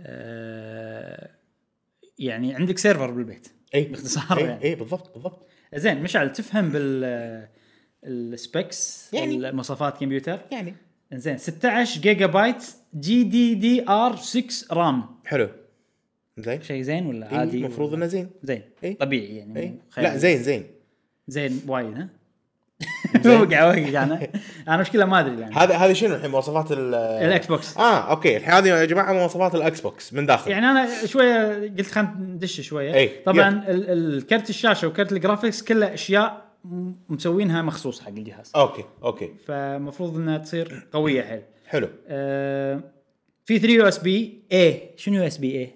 أه يعني عندك سيرفر بالبيت اي باختصار اي يعني. اي بالضبط بالضبط. زين مشعل تفهم بال السبيكس يعني. المواصفات كمبيوتر يعني زين ستة عشر جيجا بايت جي دي دي ار ستة رام. حلو زين شيء زين ولا إيه عادي؟ المفروض انه زين. زين إيه. طبيعي يعني اي مو خيال. لا زين زين زين وايد ها. وقع وقع انا انا مشكله ما ادري يعني. هذا هذه شنو الحين مواصفات ال الاكس بوكس. اه اوكي الحين هذه يا جماعه مواصفات الاكس بوكس من داخل. يعني انا شويه قلت خلينا ندش شويه. أي. طبعا ال- الكرت الشاشه وكرت الجرافيكس كلها اشياء م- مسوينها مخصوص حق الجهاز، اوكي اوكي فمفروض انها تصير قويه حيل. حلو. آه في ثري يو اس بي اي. شنو يو اس بي اي؟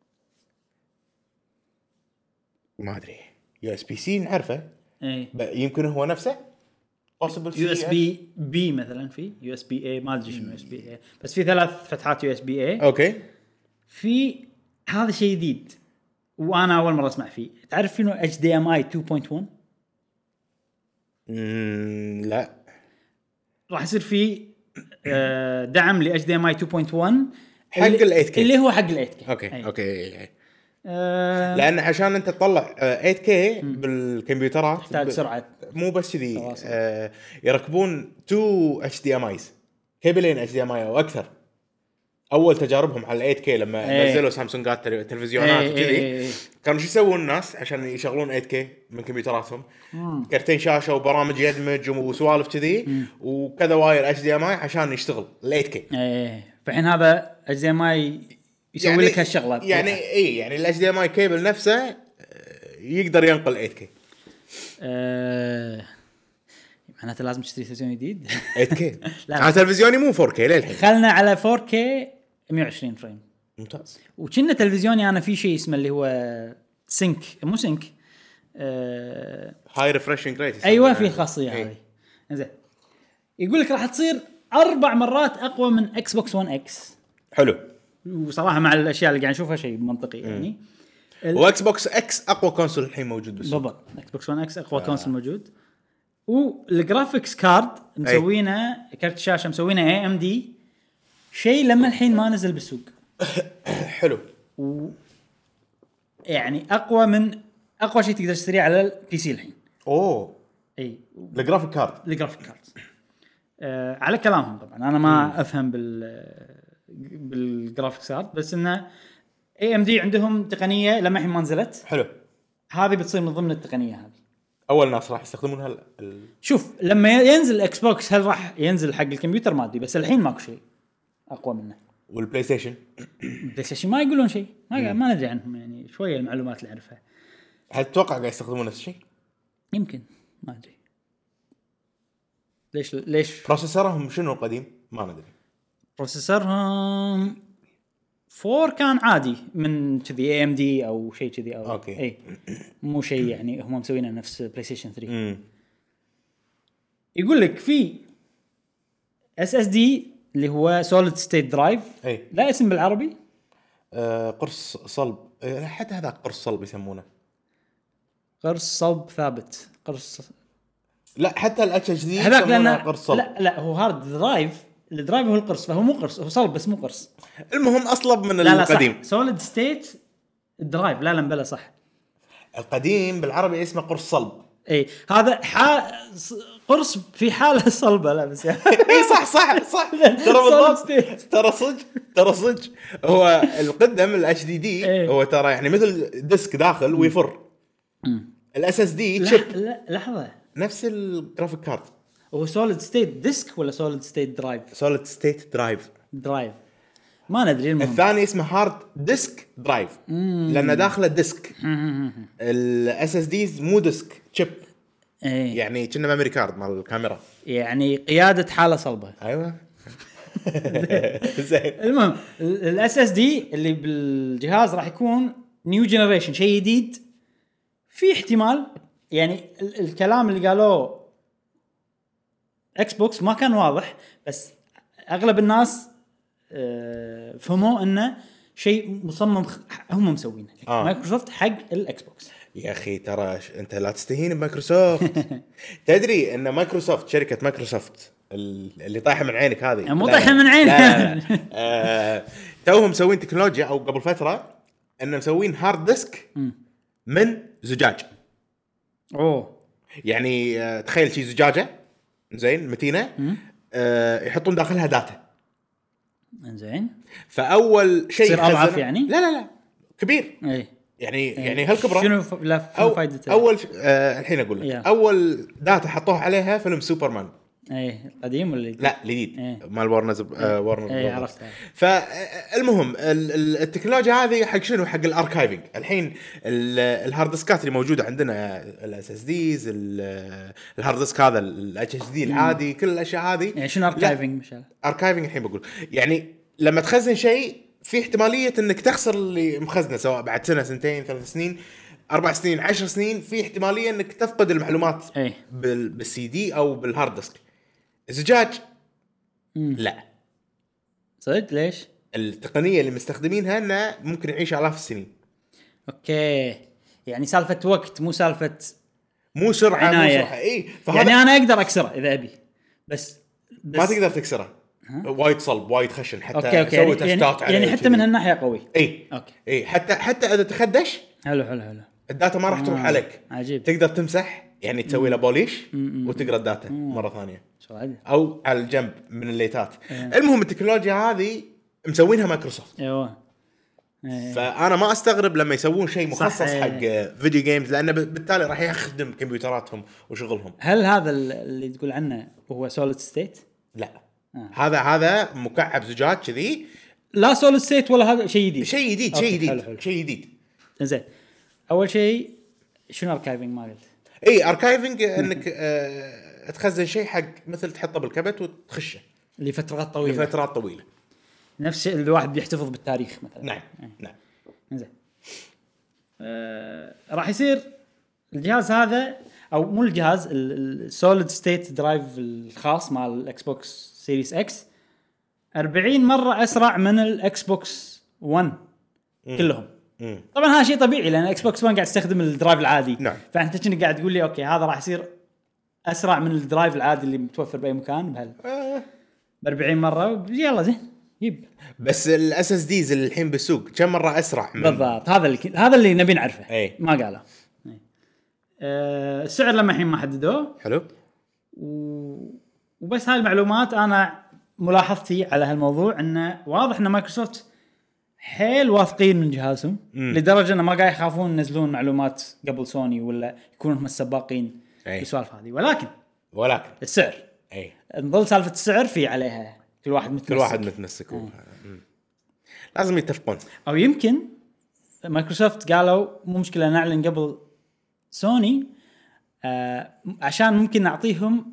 ما ادري يو اس بي سي نعرفه اي ب- يمكن هو نفسه possible يو اس بي بي مثلا. في يو اس بي اي ما ادري شنو يو اس بي اي، بس في ثلاث فتحات يو اس بي اي. اوكي في هذا شيء جديد وانا اول مره اسمع فيه. تعرف شنو اتش دي ام اي تو بوينت ون؟ مم، لا راح يصير في آه، دعم ل اتش دي ام اي تو بوينت ون حق ال ثمانية كي. اللي هو حق ال ثمانية كي. اوكي أي. اوكي آه، لان عشان انت تطلع آه، ثمانية كي بالكمبيوترات تحتاج ب- سرعه. مو بس كذي تواصل. آه يركبون تو اتش دي ام ايز كيبلين اتش دي ام اي او اكثر اول تجاربهم على ثمانية كي لما ايه. نزلوا سامسونجات تلفزيونات ايه وكذي ايه ايه. كانوا شو يسوون الناس عشان يشغلون ثمانية كي من كمبيوتراتهم؟ كرتين شاشه وبرامج يدمج وسوالف كذي وكذا واير اتش دي ام اي عشان يشتغل ثمانية كي. ايه فالحين هذا اتش دي ام اي يسوي يعني لك هالشغله يعني اي يعني الاتش دي ام اي كيبل نفسه يقدر ينقل ثمانية كي. أه... معناته لازم تشتري تلفزيون جديد ثمانية كي. انا تلفزيوني مو فور كي للحين. خلنا على فور كي مية وعشرين فريم ممتاز. وكنا تلفزيوني انا في شيء اسمه اللي هو سينك مو سينك أه... هاي ريفرشنج ريت. ايوه في الخاصيه هذه. زين يقول لك راح تصير اربع مرات اقوى من اكس بوكس ون اكس. حلو. وصراحه مع الاشياء اللي قاعد نشوفها شيء منطقي يعني. واكس بوكس اكس اقوى كونسول الحين موجود بالسوق. بالضبط اكس بوكس ون اكس اقوى آه. كونسول موجود. والجرافيكس كارد مسوينه كارت شاشه مسوينه اي ام دي شيء لما الحين ما نزل بالسوق. حلو. و يعني اقوى من اقوى شيء تقدر تشتريه على البي سي الحين. اوه اي الجرافيك كارد. الجرافيك كارد آه على كلامهم طبعا انا ما مم. افهم بال بالجرافيكس كارد بس انه اي ام دي عندهم تقنيه لما الحين ما نزلت. حلو. هذه بتصير من ضمن التقنيه هذه. اول ناس راح يستخدمونها ال... شوف لما ينزل الاكس بوكس هل راح ينزل حق الكمبيوتر ما ادري بس الحين ماكو شيء اقوى منه. والبلاي ستيشن البلاي ستيشن ما يقولون شيء ما, ما ندري عنهم يعني شويه المعلومات اللي اعرفها. هل تتوقع قاعد يستخدمون نفس الشيء؟ يمكن ما ادري. ليش ليش بروسيسورهم شنو القديم ما ندري. بروسيسورهم فور كان عادي من كذي اي ام دي او شيء كذي او أوكي. اي مو شيء يعني هم مسوينه نفس بلاي ستيشن ثري. مم. يقول لك في اس اس دي اللي هو سوليد ستيت درايف. لا اسم بالعربي آه قرص صلب. حتى هذا قرص صلب يسمونه قرص صلب ثابت قرص. لا حتى الاتش اتش دي يسمونه قرص صلب. لا لا هو هارد درايف. الدرايف هو القرص فهو مو قرص هو صلب بس مو قرص. المهم اصلب من لا القديم. سوليد ستيت الدرايف لا لا بلا صح. القديم بالعربي اسمه قرص صلب. اي هذا ح... قرص في حاله صلبه لا بس يعني. اي صح صح صح ترى بالضبط ترى صدق ترى صدق هو القدم الاتش دي دي هو ترى يعني مثل ديسك داخل ويفر. الاس اس دي شيب. لا لحظه نفس الجرافيك كارد. هو سوليد ستيت ديسك ولا سوليد ستيت درايف؟ سوليد ستيت درايف. درايف ما ندري. المهم الثاني اسمه هارد ديسك درايف لانه داخله ديسك. الاس اس دي مو ديسك شيب. ايه. يعني كنا ميموري كارد مال الكاميرا يعني قياده حاله صلبه. ايوه زين. المهم الاس اس دي اللي بالجهاز راح يكون نيو جنريشن شيء جديد. في احتمال يعني ال- الكلام اللي قالوه اكس بوكس ما كان واضح بس اغلب الناس أه فهموا انه شيء مصمم خ... هم مسوينه آه. مايكروسوفت حق الاكس بوكس. يا اخي ترى انت لا تستهين بمايكروسوفت. تدري ان مايكروسوفت شركه مايكروسوفت اللي طايحه من عينك هذه مو طايحه من عينك. آه، توهم مسوين تكنولوجيا او قبل فتره ان مسوين هارد ديسك من زجاج. اوه يعني آه، تخيل شيء زجاجه زين متينه آه، يحطون داخلها داتا. زين فاول شيء اضعف يعني لا لا لا كبير. اي يعني أي. يعني هالكبره شنو ف... لا فائدته اول آه الحين اقول لك yeah. اول داتا حطوها عليها فيلم سوبرمان. اي قديم ولا جديد؟ لا جديد أيه. مال وارنر آه وارنر اي عرفتها. فالمهم التكنولوجيا هذه حق شنو حق الاركايفنج. الحين الهارد ديسكات اللي موجوده عندنا الاس اس ديز الهارد ديسك هذا الاتش اتش دي العادي كل الاشياء هذه يعني شنو اركايفنج مشان اركايفنج الحين بقول يعني لما تخزن شيء في احتماليه انك تخسر اللي مخزنه سواء بعد سنه سنتين ثلاث سنين اربع سنين عشر سنين في احتماليه انك تفقد المعلومات أي. بالسي دي او بالهارد ديسك. الزجاج مم. لا صدق ليش التقنيه اللي مستخدمينها انه ممكن يعيش آلاف السنين. اوكي يعني سالفه وقت مو سالفه مو سرعه عناية. مو سرعه اي يعني انا اقدر اكسره اذا ابي بس, بس ما تقدر تكسره وايد صلب وايد خشن حتى أوكي أوكي. سوي يعني, تستات يعني, يعني حتى من هالناحيه قوي. اي اوكي اي حتى حتى اذا تخدش حلو حلو حلو الداتا ما راح تروح آه. عليك. عجيب. تقدر تمسح يعني تسوي له بوليش وتقرا الداتا مره ثانيه شو عادي او على الجنب من الليتات. المهم التكنولوجيا هذه مسوينها مايكروسوفت. ايوه فانا ما استغرب لما يسوون شيء مخصص صح. حق فيديو جيمز لانه بالتالي راح يخدم كمبيوتراتهم وشغلهم. هل هذا اللي تقول عنه هو سوليد ستيت؟ لا آه. هذا هذا مكعب زجاج كذي. لا سوليد ستيت ولا هذا شيء جديد. شيء جديد شيء جديد شيء جديد. زين اول شيء شنو اركايفنج ما قلت؟ اي اركايفنج انك آه تخزن شيء حق مثل تحطه بالكبت وتخشه لفترات طويله. لفترات طويله نفس الواحد بيحتفظ بالتاريخ مثلا. نعم آه. نعم. زين آه راح يصير الجهاز هذا او مو الجهاز السوليد ستيت درايف الخاص مع الاكس بوكس سيريس اكس أربعين مره اسرع من الاكس بوكس ون كلهم. مم. طبعا هذا شيء طبيعي لان اكس بوكس ون قاعد تستخدم الدرايف العادي. نعم. فانت كنت قاعد تقول لي اوكي هذا راح يصير اسرع من الدرايف العادي اللي متوفر باي مكان بهال آه. ب أربعين مره. يلا زين يب. بس الاس اس ديز الحين بالسوق كم مره اسرع من بالضبط. هذا اللي هذا اللي نبي نعرفه. أي. ما قاله أه السعر لما الحين ما حددوه. حلو. و... وبس هاي المعلومات انا ملاحظتي على هالموضوع انه واضح ان مايكروسوفت حيل واثقين من جهازهم مم. لدرجه انه ما قاعد يخافون ينزلون معلومات قبل سوني ولا يكونوا هم السباقين في السوالف هذه. ولكن ولكن السعر اي نظل سالفه السعر في عليها كل واحد متمسك. كل واحد متمسك و... لازم يتفقون. او يمكن مايكروسوفت قالوا مو مشكله نعلن قبل سوني آه عشان ممكن نعطيهم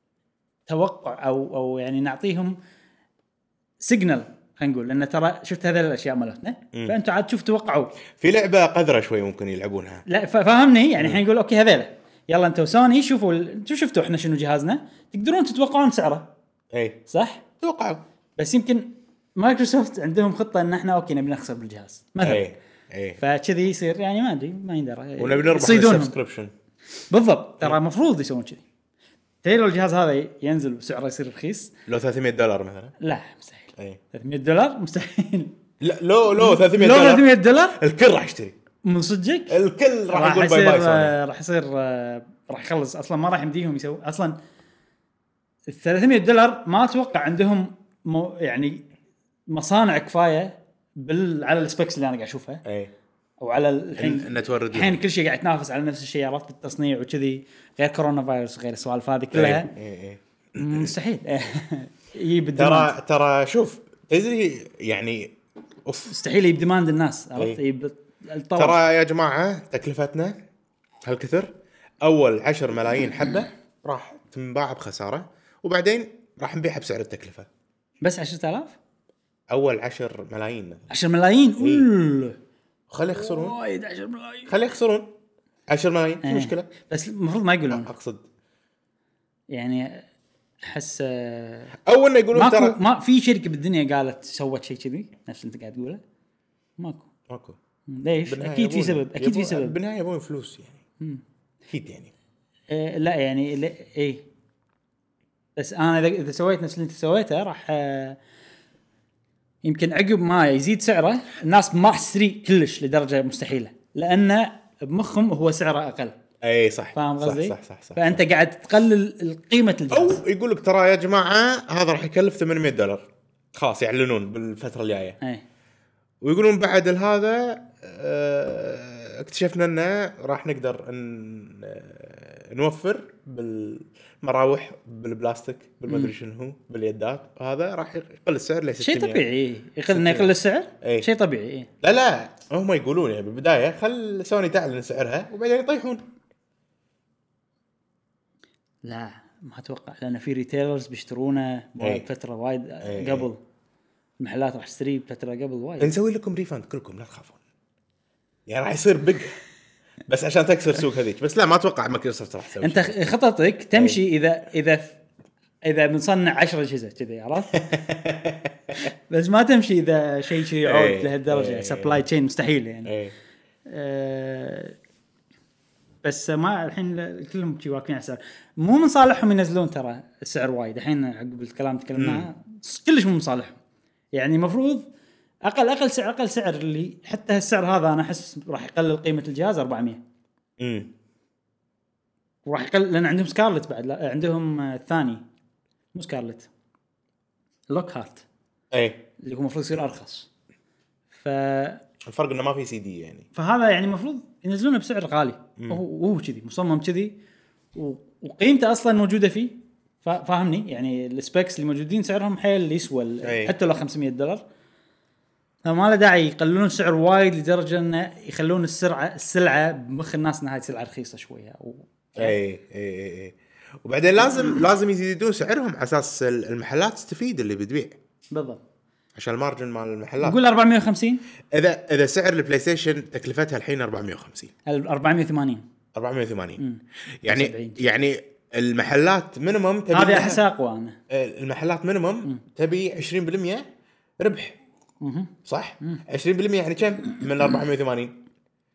توقع او او يعني نعطيهم سيجنال خلينا نقول لان ترى شفت هذه الاشياء مالتنا فانتوا عاد شوف توقعوا في لعبه قذره شوي ممكن يلعبونها. لا فاهمني يعني الحين نقول اوكي هذيله يلا انتوا سوني شوفوا انتوا شفتوا احنا شنو جهازنا تقدرون تتوقعون سعره. اي صح توقعوا. بس يمكن مايكروسوفت عندهم خطه ان احنا اوكي نبي نخسر بالجهاز مثلا. اي اي فكذي يصير يعني ما ادري ما يندرى ونبي نربح السبسكريبشن. بالضبط ترى المفروض يسوون كذي. تخيلوا الجهاز هذا ينزل وسعره يصير رخيص لو ثلاثمية دولار مثلا. لا مستحيل. اي ثلاثمية دولار مستحيل. لا لو لو ثلاثمية دولار لو ثلاثمية دولار الكل راح يشتري من صدقك. الكل راح يقول باي باي سوني. راح يصير راح يخلص اصلا ما راح يمديهم يسوي اصلا ال ثلاثمية دولار ما اتوقع عندهم مو يعني مصانع كفايه بال على السبيكس اللي انا قاعد اشوفها. اي او على الحين الحين كل شيء قاعد يتنافس على نفس السيارات بالتصنيع وكذي غير كورونا فايروس غير السوالف هذه كلها. اي اي مستحيل يجيب ترى ترى شوف تدري يعني اوف مستحيل يجيب ديماند الناس عرفت يجيب الطلب. ترى يا جماعه تكلفتنا هالكثر اول عشر ملايين حبه راح تنباع بخساره وبعدين راح نبيعها بسعر التكلفه. بس عشرة آلاف اول عشر ملايين مثلا. عشر ملايين إيه؟ خلي يخسرون وايد عشر ملايين خلي يخسرون عشر ملايين ايش ايه. مشكله بس المفروض ما يقولون اقصد يعني احس او انه يقولون ترى ما في شركه بالدنيا قالت سوت شيء كذي نفس اللي انت قاعد تقوله. ماكو ماكو ليش اكيد في سبب اكيد في سبب بالنهايه يبون فلوس يعني اكيد يعني إيه لا يعني لا ايه بس انا اذا اذا سويت نفس اللي انت سويته راح آه يمكن عقب ما يزيد سعره الناس ما تشتري كلش لدرجه مستحيله لان بمخهم هو سعره اقل. اي صح فاهم قصدي؟ صح, صح, صح, صح فانت صح. قاعد تقلل قيمه الجهاز. او يقول لك ترى يا جماعه هذا راح يكلف ثمانمية دولار خلاص يعلنون بالفتره الجايه اي ويقولون بعد هذا اه اكتشفنا انه راح نقدر ان نوفر بالمراوح بالبلاستيك بالمدري شنو باليدات هذا راح يقل السعر ليس شيء طبيعي يقل يقل السعر شيء طبيعي. لا لا هم يقولون يعني بالبدايه خل سوني تعلن سعرها وبعدين يطيحون. لا ما اتوقع لان في ريتيلرز بيشترونه فتره وايد أي. قبل المحلات راح تشتري بفتره قبل وايد. نسوي لكم ريفاند كلكم لا تخافون يعني راح يصير بق بس عشان تكسر سوق هذيك. بس لا ما اتوقع مايكروسوفت راح تسوي. انت خططك تمشي أي. اذا اذا اذا بنصنع عشرة اجهزه كذي عرفت بس ما تمشي اذا شيء شيء يعود لهالدرجه سبلاي تشين مستحيل يعني. أه بس ما الحين كلهم شي واقفين على السعر مو من صالحهم ينزلون ترى السعر وايد الحين عقب الكلام تكلمناه كلش مو من صالحهم يعني المفروض اقل اقل سعر اقل سعر اللي حتى هالسعر هذا انا احس راح يقلل قيمه الجهاز أربعمية امم وراح يقلل لان عندهم سكارلت بعد لا عندهم الثاني مو سكارلت لوك هارت اي اللي هو المفروض يصير ارخص. ف الفرق انه ما في سي دي يعني. فهذا يعني المفروض ينزلونه بسعر غالي، وهو وهو كذي مصمم كذي و... وقيمته اصلا موجوده فيه. فا... فاهمني يعني السبيكس اللي موجودين سعرهم حيل يسوى أي. حتى لو خمسمية دولار. فما له داعي يقللون السعر وايد لدرجه انه يخلون السرعه السلعه بمخ الناس انها سلعه رخيصه شويه او اي اي اي, أي. وبعدين لازم لازم يزيدون سعرهم على اساس المحلات تستفيد اللي بتبيع بالضبط عشان المارجن مال المحلات. نقول أربعمية وخمسين اذا اذا سعر البلاي ستيشن تكلفتها الحين أربعمية وخمسين أربعمية وثمانين أربعمية وثمانين يعني يعني المحلات مينيمم تبي هذه احس اقوى. انا المحلات مينيمم تبي عشرين بالمية ربح مم. صح. مم. عشرين بالمية يعني كم من أربعمية وثمانين؟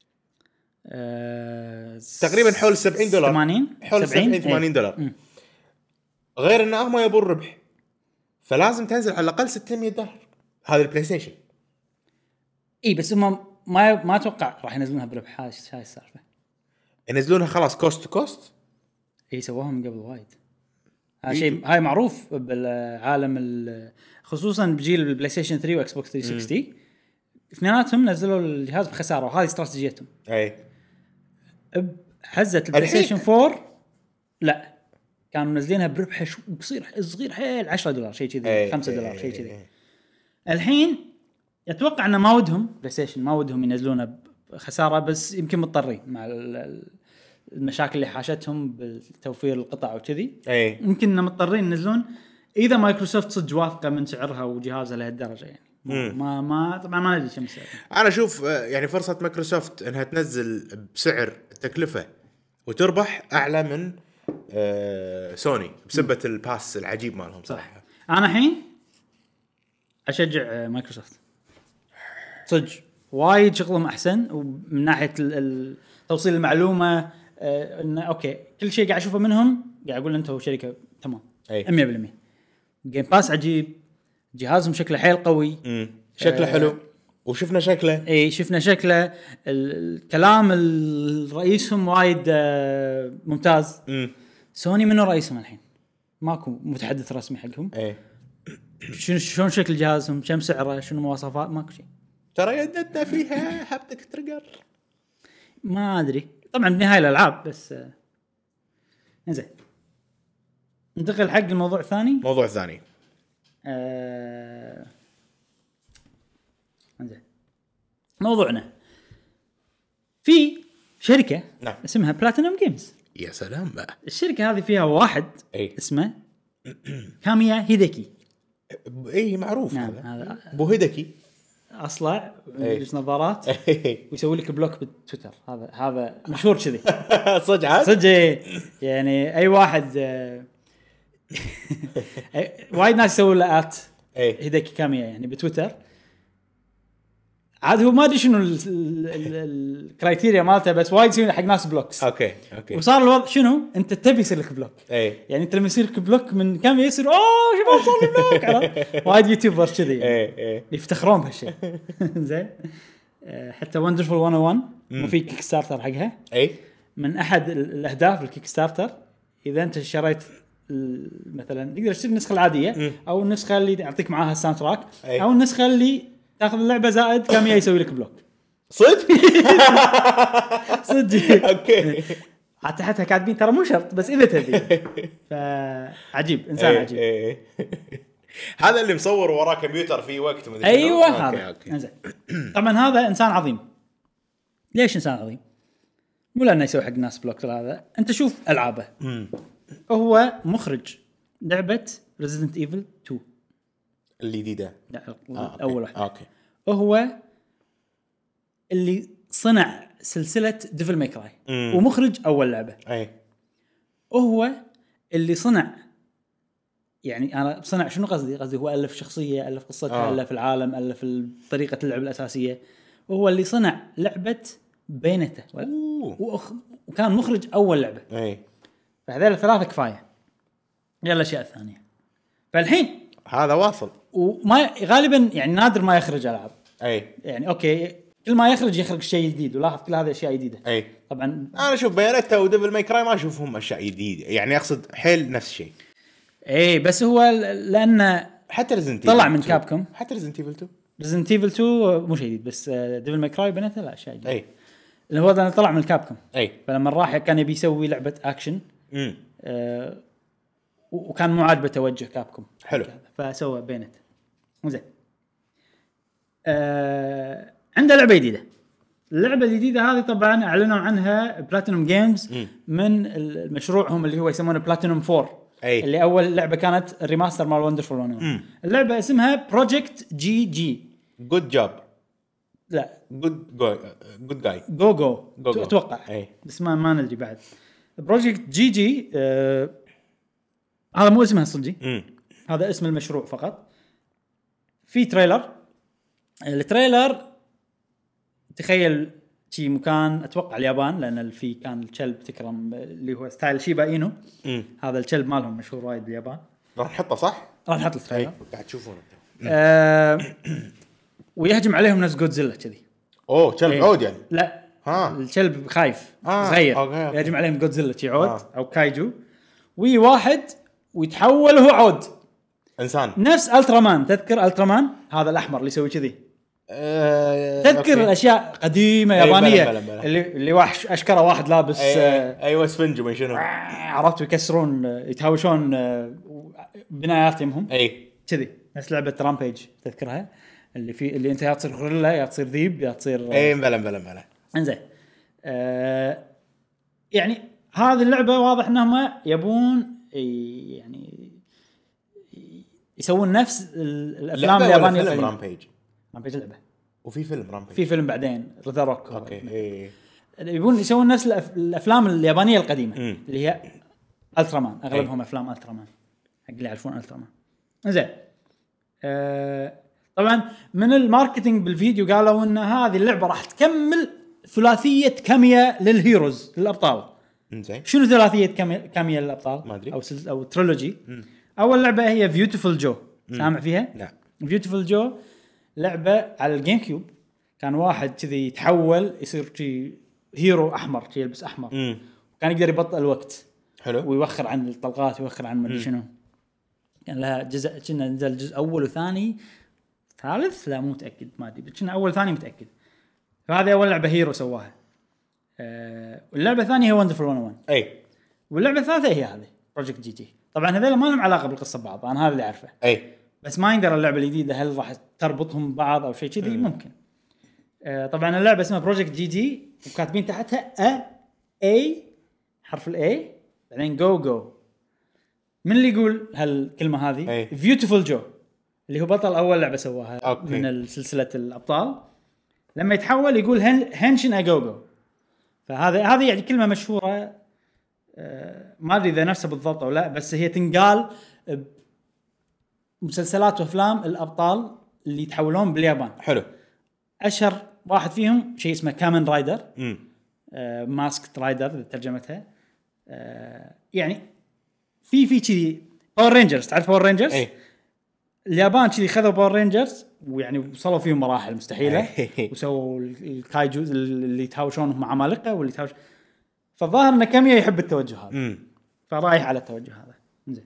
أه... تقريبا حول سبعين دولار. ثمانين حول سبعين ثمانين دولار. مم. غير انه هم يبون ربح فلازم تنزل على الاقل ستمية دولار هذا البلاي ستيشن. اي بس هم ما ما اتوقع راح ينزلونها بربح. هاي هاي السالفه ينزلونها خلاص كوست تو كوست. اي سووها من قبل وايد. هذا شيء هاي معروف بالعالم خصوصا بجيل البلاي ستيشن ثري واكس بوكس ثري سكستي. اثنيناتهم نزلوا الجهاز بخساره وهذه استراتيجيتهم. اي بحزه البلاي ستيشن فور لا كانوا منزلينها بربح شو بصير صغير حيل عشرة دولار شيء كذي خمسة دولار شيء كذي. الحين يتوقع ان ما ودهم بلاي ستيشن ما ودهم ينزلونه بخساره بس يمكن مضطرين مع المشاكل اللي حاشتهم بالتوفير القطع وكذي. يمكن انهم مضطرين ينزلون اذا مايكروسوفت صدق واثقه من سعرها وجهازها لهالدرجه يعني. مم. ما ما طبعا ما ندري كم السعر. انا اشوف يعني فرصه مايكروسوفت انها تنزل بسعر التكلفه وتربح اعلى من آه سوني بسبه مم. الباس العجيب مالهم صراحه. انا الحين اشجع مايكروسوفت صدق وايد شغلهم احسن ومن ناحيه توصيل المعلومه. آه انه اوكي كل شيء قاعد اشوفه منهم قاعد اقول انتم شركه تمام مية بالمية. جيم باس عجيب جهازهم شكله حيل قوي. مم. شكله آه حلو وشفنا شكله. اي شفنا شكله. الكلام الرئيسهم وايد آه ممتاز. مم. سوني منو رئيسهم الحين؟ ماكو متحدث رسمي حقهم. اي شنو شلون شكل جهازهم كم سعره شنو مواصفات ماكو شيء. ترى يدتنا فيها حبتك تريجر ما ادري طبعا بنهايه الالعاب بس آه. زين ننتقل حق الموضوع الثاني. موضوع ثاني آه... زين موضوعنا في شركه نعم. اسمها بلاتينوم جيمز. يا سلام بقى. الشركه هذه فيها واحد أي. اسمه كاميا هيديكي. اي معروف. نعم. هذا ابو هيديكي اصلع يلبس نظارات ويسوي لك بلوك بالتويتر. هذا هذا مشهور كذي صدق صدق يعني اي واحد آه... وايد ناس يسووا لقات هيديكي كاميا يعني بتويتر. عاد هو ما ادري شنو الكرايتيريا مالته بس وايد يسوون حق ناس بلوكس. اوكي اوكي وصار الوضع شنو انت تبي يصير لك بلوك. اي يعني انت لما يصير لك بلوك من كم يصير اوه شباب صار لي بلوك. عرفت وايد يوتيوبرز كذي يعني يفتخرون بهالشيء. زين حتى وندرفول مية وواحد مو في كيك ستارتر حقها. اي من احد الاهداف الكيك ستارتر اذا انت شريت مثلا تقدر تشتري النسخه العاديه او النسخه اللي يعطيك معاها الساوند تراك او النسخه اللي تاخذ اللعبه زائد كاميا يسوي لك بلوك. صدق صدق اوكي تحتها كاتبين ترى مو شرط بس اذا تبي. فعجيب انسان ايه عجيب. ايه. هذا اللي مصور وراه كمبيوتر في وقت مدري. ايوه هذا زين. طبعا هذا انسان عظيم. ليش انسان عظيم؟ مو لانه يسوي حق ناس بلوك. هذا انت شوف العابه. هو مخرج لعبه ريزيدنت ايفل تو اللي جديده. لا آه، اول واحد. اوكي هو اللي صنع سلسله ديفل ماي كراي ومخرج اول لعبه. اي هو اللي صنع يعني انا صنع شنو قصدي قصدي هو الف شخصيه الف قصتها آه. الف العالم الف طريقه اللعب الاساسيه. وهو اللي صنع لعبه بينته وكان مخرج اول لعبه. اي فهذول الثلاثه كفايه يلا الاشياء الثانيه. فالحين هذا واصل وما غالبا يعني نادر ما يخرج العاب. اي يعني اوكي كل ما يخرج يخرج شيء جديد ولاحظ كل هذه اشياء جديده. اي طبعا انا اشوف بياناتا وديفل ماي كراي ما اشوفهم اشياء جديده يعني اقصد حيل نفس الشيء. اي بس هو لان حتى ريزنت طلع من كابكوم. حتى ريزنت ايفل تو ريزنت ايفل تو مو شيء جديد بس ديفل ماي كراي بنته لا شيء جديد. اي اللي هو ده طلع من كابكوم. اي فلما راح كان يبي يسوي لعبه اكشن امم آه وكان مو عاجبه توجه كابكوم حلو فسوى بينت. زين آه عنده لعبه جديده. اللعبه الجديده هذه طبعا اعلنوا عنها بلاتينوم جيمز من مشروعهم اللي هو يسمونه بلاتينوم فور. أي. اللي اول لعبه كانت الريماستر مال وندرفول ون. اللعبه اسمها بروجكت جي جي. جود جوب لا جود جو جود جاي جو جو جو. اتوقع أي. بس ما ما ندري بعد. بروجكت جي جي آه هذا مو اسمها صدقي هذا اسم المشروع فقط. في تريلر التريلر تخيل شي مكان اتوقع اليابان لان في كان الكلب تكرم اللي هو ستايل شيبا اينو. مم. هذا الكلب مالهم مشهور وايد باليابان. راح نحطه صح راح نحط التريلر قاعد تشوفونه آه ويهجم عليهم نفس جودزيلا كذي. اوه كلب إيه. عود يعني لا ها الكلب خايف آه. صغير أوكي. أوكي. يهجم عليهم جودزيلا شي عود آه. او كايجو وي واحد ويتحول هو عود انسان نفس الترامان. تذكر الترامان هذا الاحمر اللي يسوي كذي أه... تذكر أوكي. الاشياء قديمه أي يابانيه بلا بلا بلا. اللي اللي وحش اشكره واحد لابس أي... آه ايوه سفنج وما شنو عرفتوا يكسرون يتهاوشون آه بنايات يمهم اي كذي نفس لعبه رامبيج تذكرها اللي في اللي انت يا تصير غوريلا يا تصير ذيب يا تصير اي بلا بلا بلا. انزين آه يعني هذه اللعبه واضح انهم يبون يعني يسوون نفس الافلام اليابانيه فيلم رامبيج رامبيج لعبه وفي فيلم رامبيج في فيلم بعدين ذا روك اوكي اي يبون يسوون نفس الأف... الافلام اليابانيه القديمه مم. اللي هي الترامان اغلبهم افلام الترامان حق اللي يعرفون الترامان. زين آه... طبعا من الماركتينج بالفيديو قالوا ان هذه اللعبه راح تكمل ثلاثيه كاميا للهيروز للابطال. زين شنو ثلاثيه كاميا كاميا للابطال ما أدري. او سل... او تريلوجي. اول لعبه هي بيوتيفول جو سامع فيها؟ لا بيوتيفول جو لعبه على الجيم كيوب كان واحد كذي يتحول يصير شي هيرو احمر شي يلبس احمر امم كان يقدر يبطئ الوقت حلو ويوخر عن الطلقات ويوخر عن ما ادري شنو. كان لها جزء كنا نزل جزء اول وثاني ثالث لا مو متاكد ما ادري كنا اول ثاني متاكد. فهذه اول لعبه هيرو سواها. أه واللعبه الثانيه هي وندرفول ون ون اي واللعبه الثالثه هي هذه بروجكت جي تي. طبعا هذول ما لهم علاقه بالقصه ببعض انا هذا اللي اعرفه اي بس ما يندر اللعبه الجديده هل راح تربطهم ببعض او شيء كذي ممكن. آه طبعا اللعبه اسمها بروجكت جي جي وكاتبين تحتها ا اي حرف الاي بعدين جو جو. من اللي يقول هالكلمه هذه؟ بيوتيفول جو اللي هو بطل اول لعبه سواها أوكي. من سلسله الابطال لما يتحول يقول هن هنشن اجوجو. فهذا هذه يعني كلمه مشهوره آه ما ادري اذا نفسها بالضبط او لا بس هي تنقال مسلسلات وافلام الابطال اللي يتحولون باليابان. حلو. اشهر واحد فيهم شيء اسمه كامن رايدر امم آه ماسكت رايدر ترجمتها آه يعني في في كذي باور رينجرز تعرف باور رينجرز اي اليابان كذي خذوا باور رينجرز ويعني وصلوا فيهم مراحل مستحيله وسووا الكايجو اللي يتهاوشون مع عمالقه واللي يتهاوش. فالظاهر ان كاميا يحب التوجه هذا امم فرايح على التوجه هذا. زين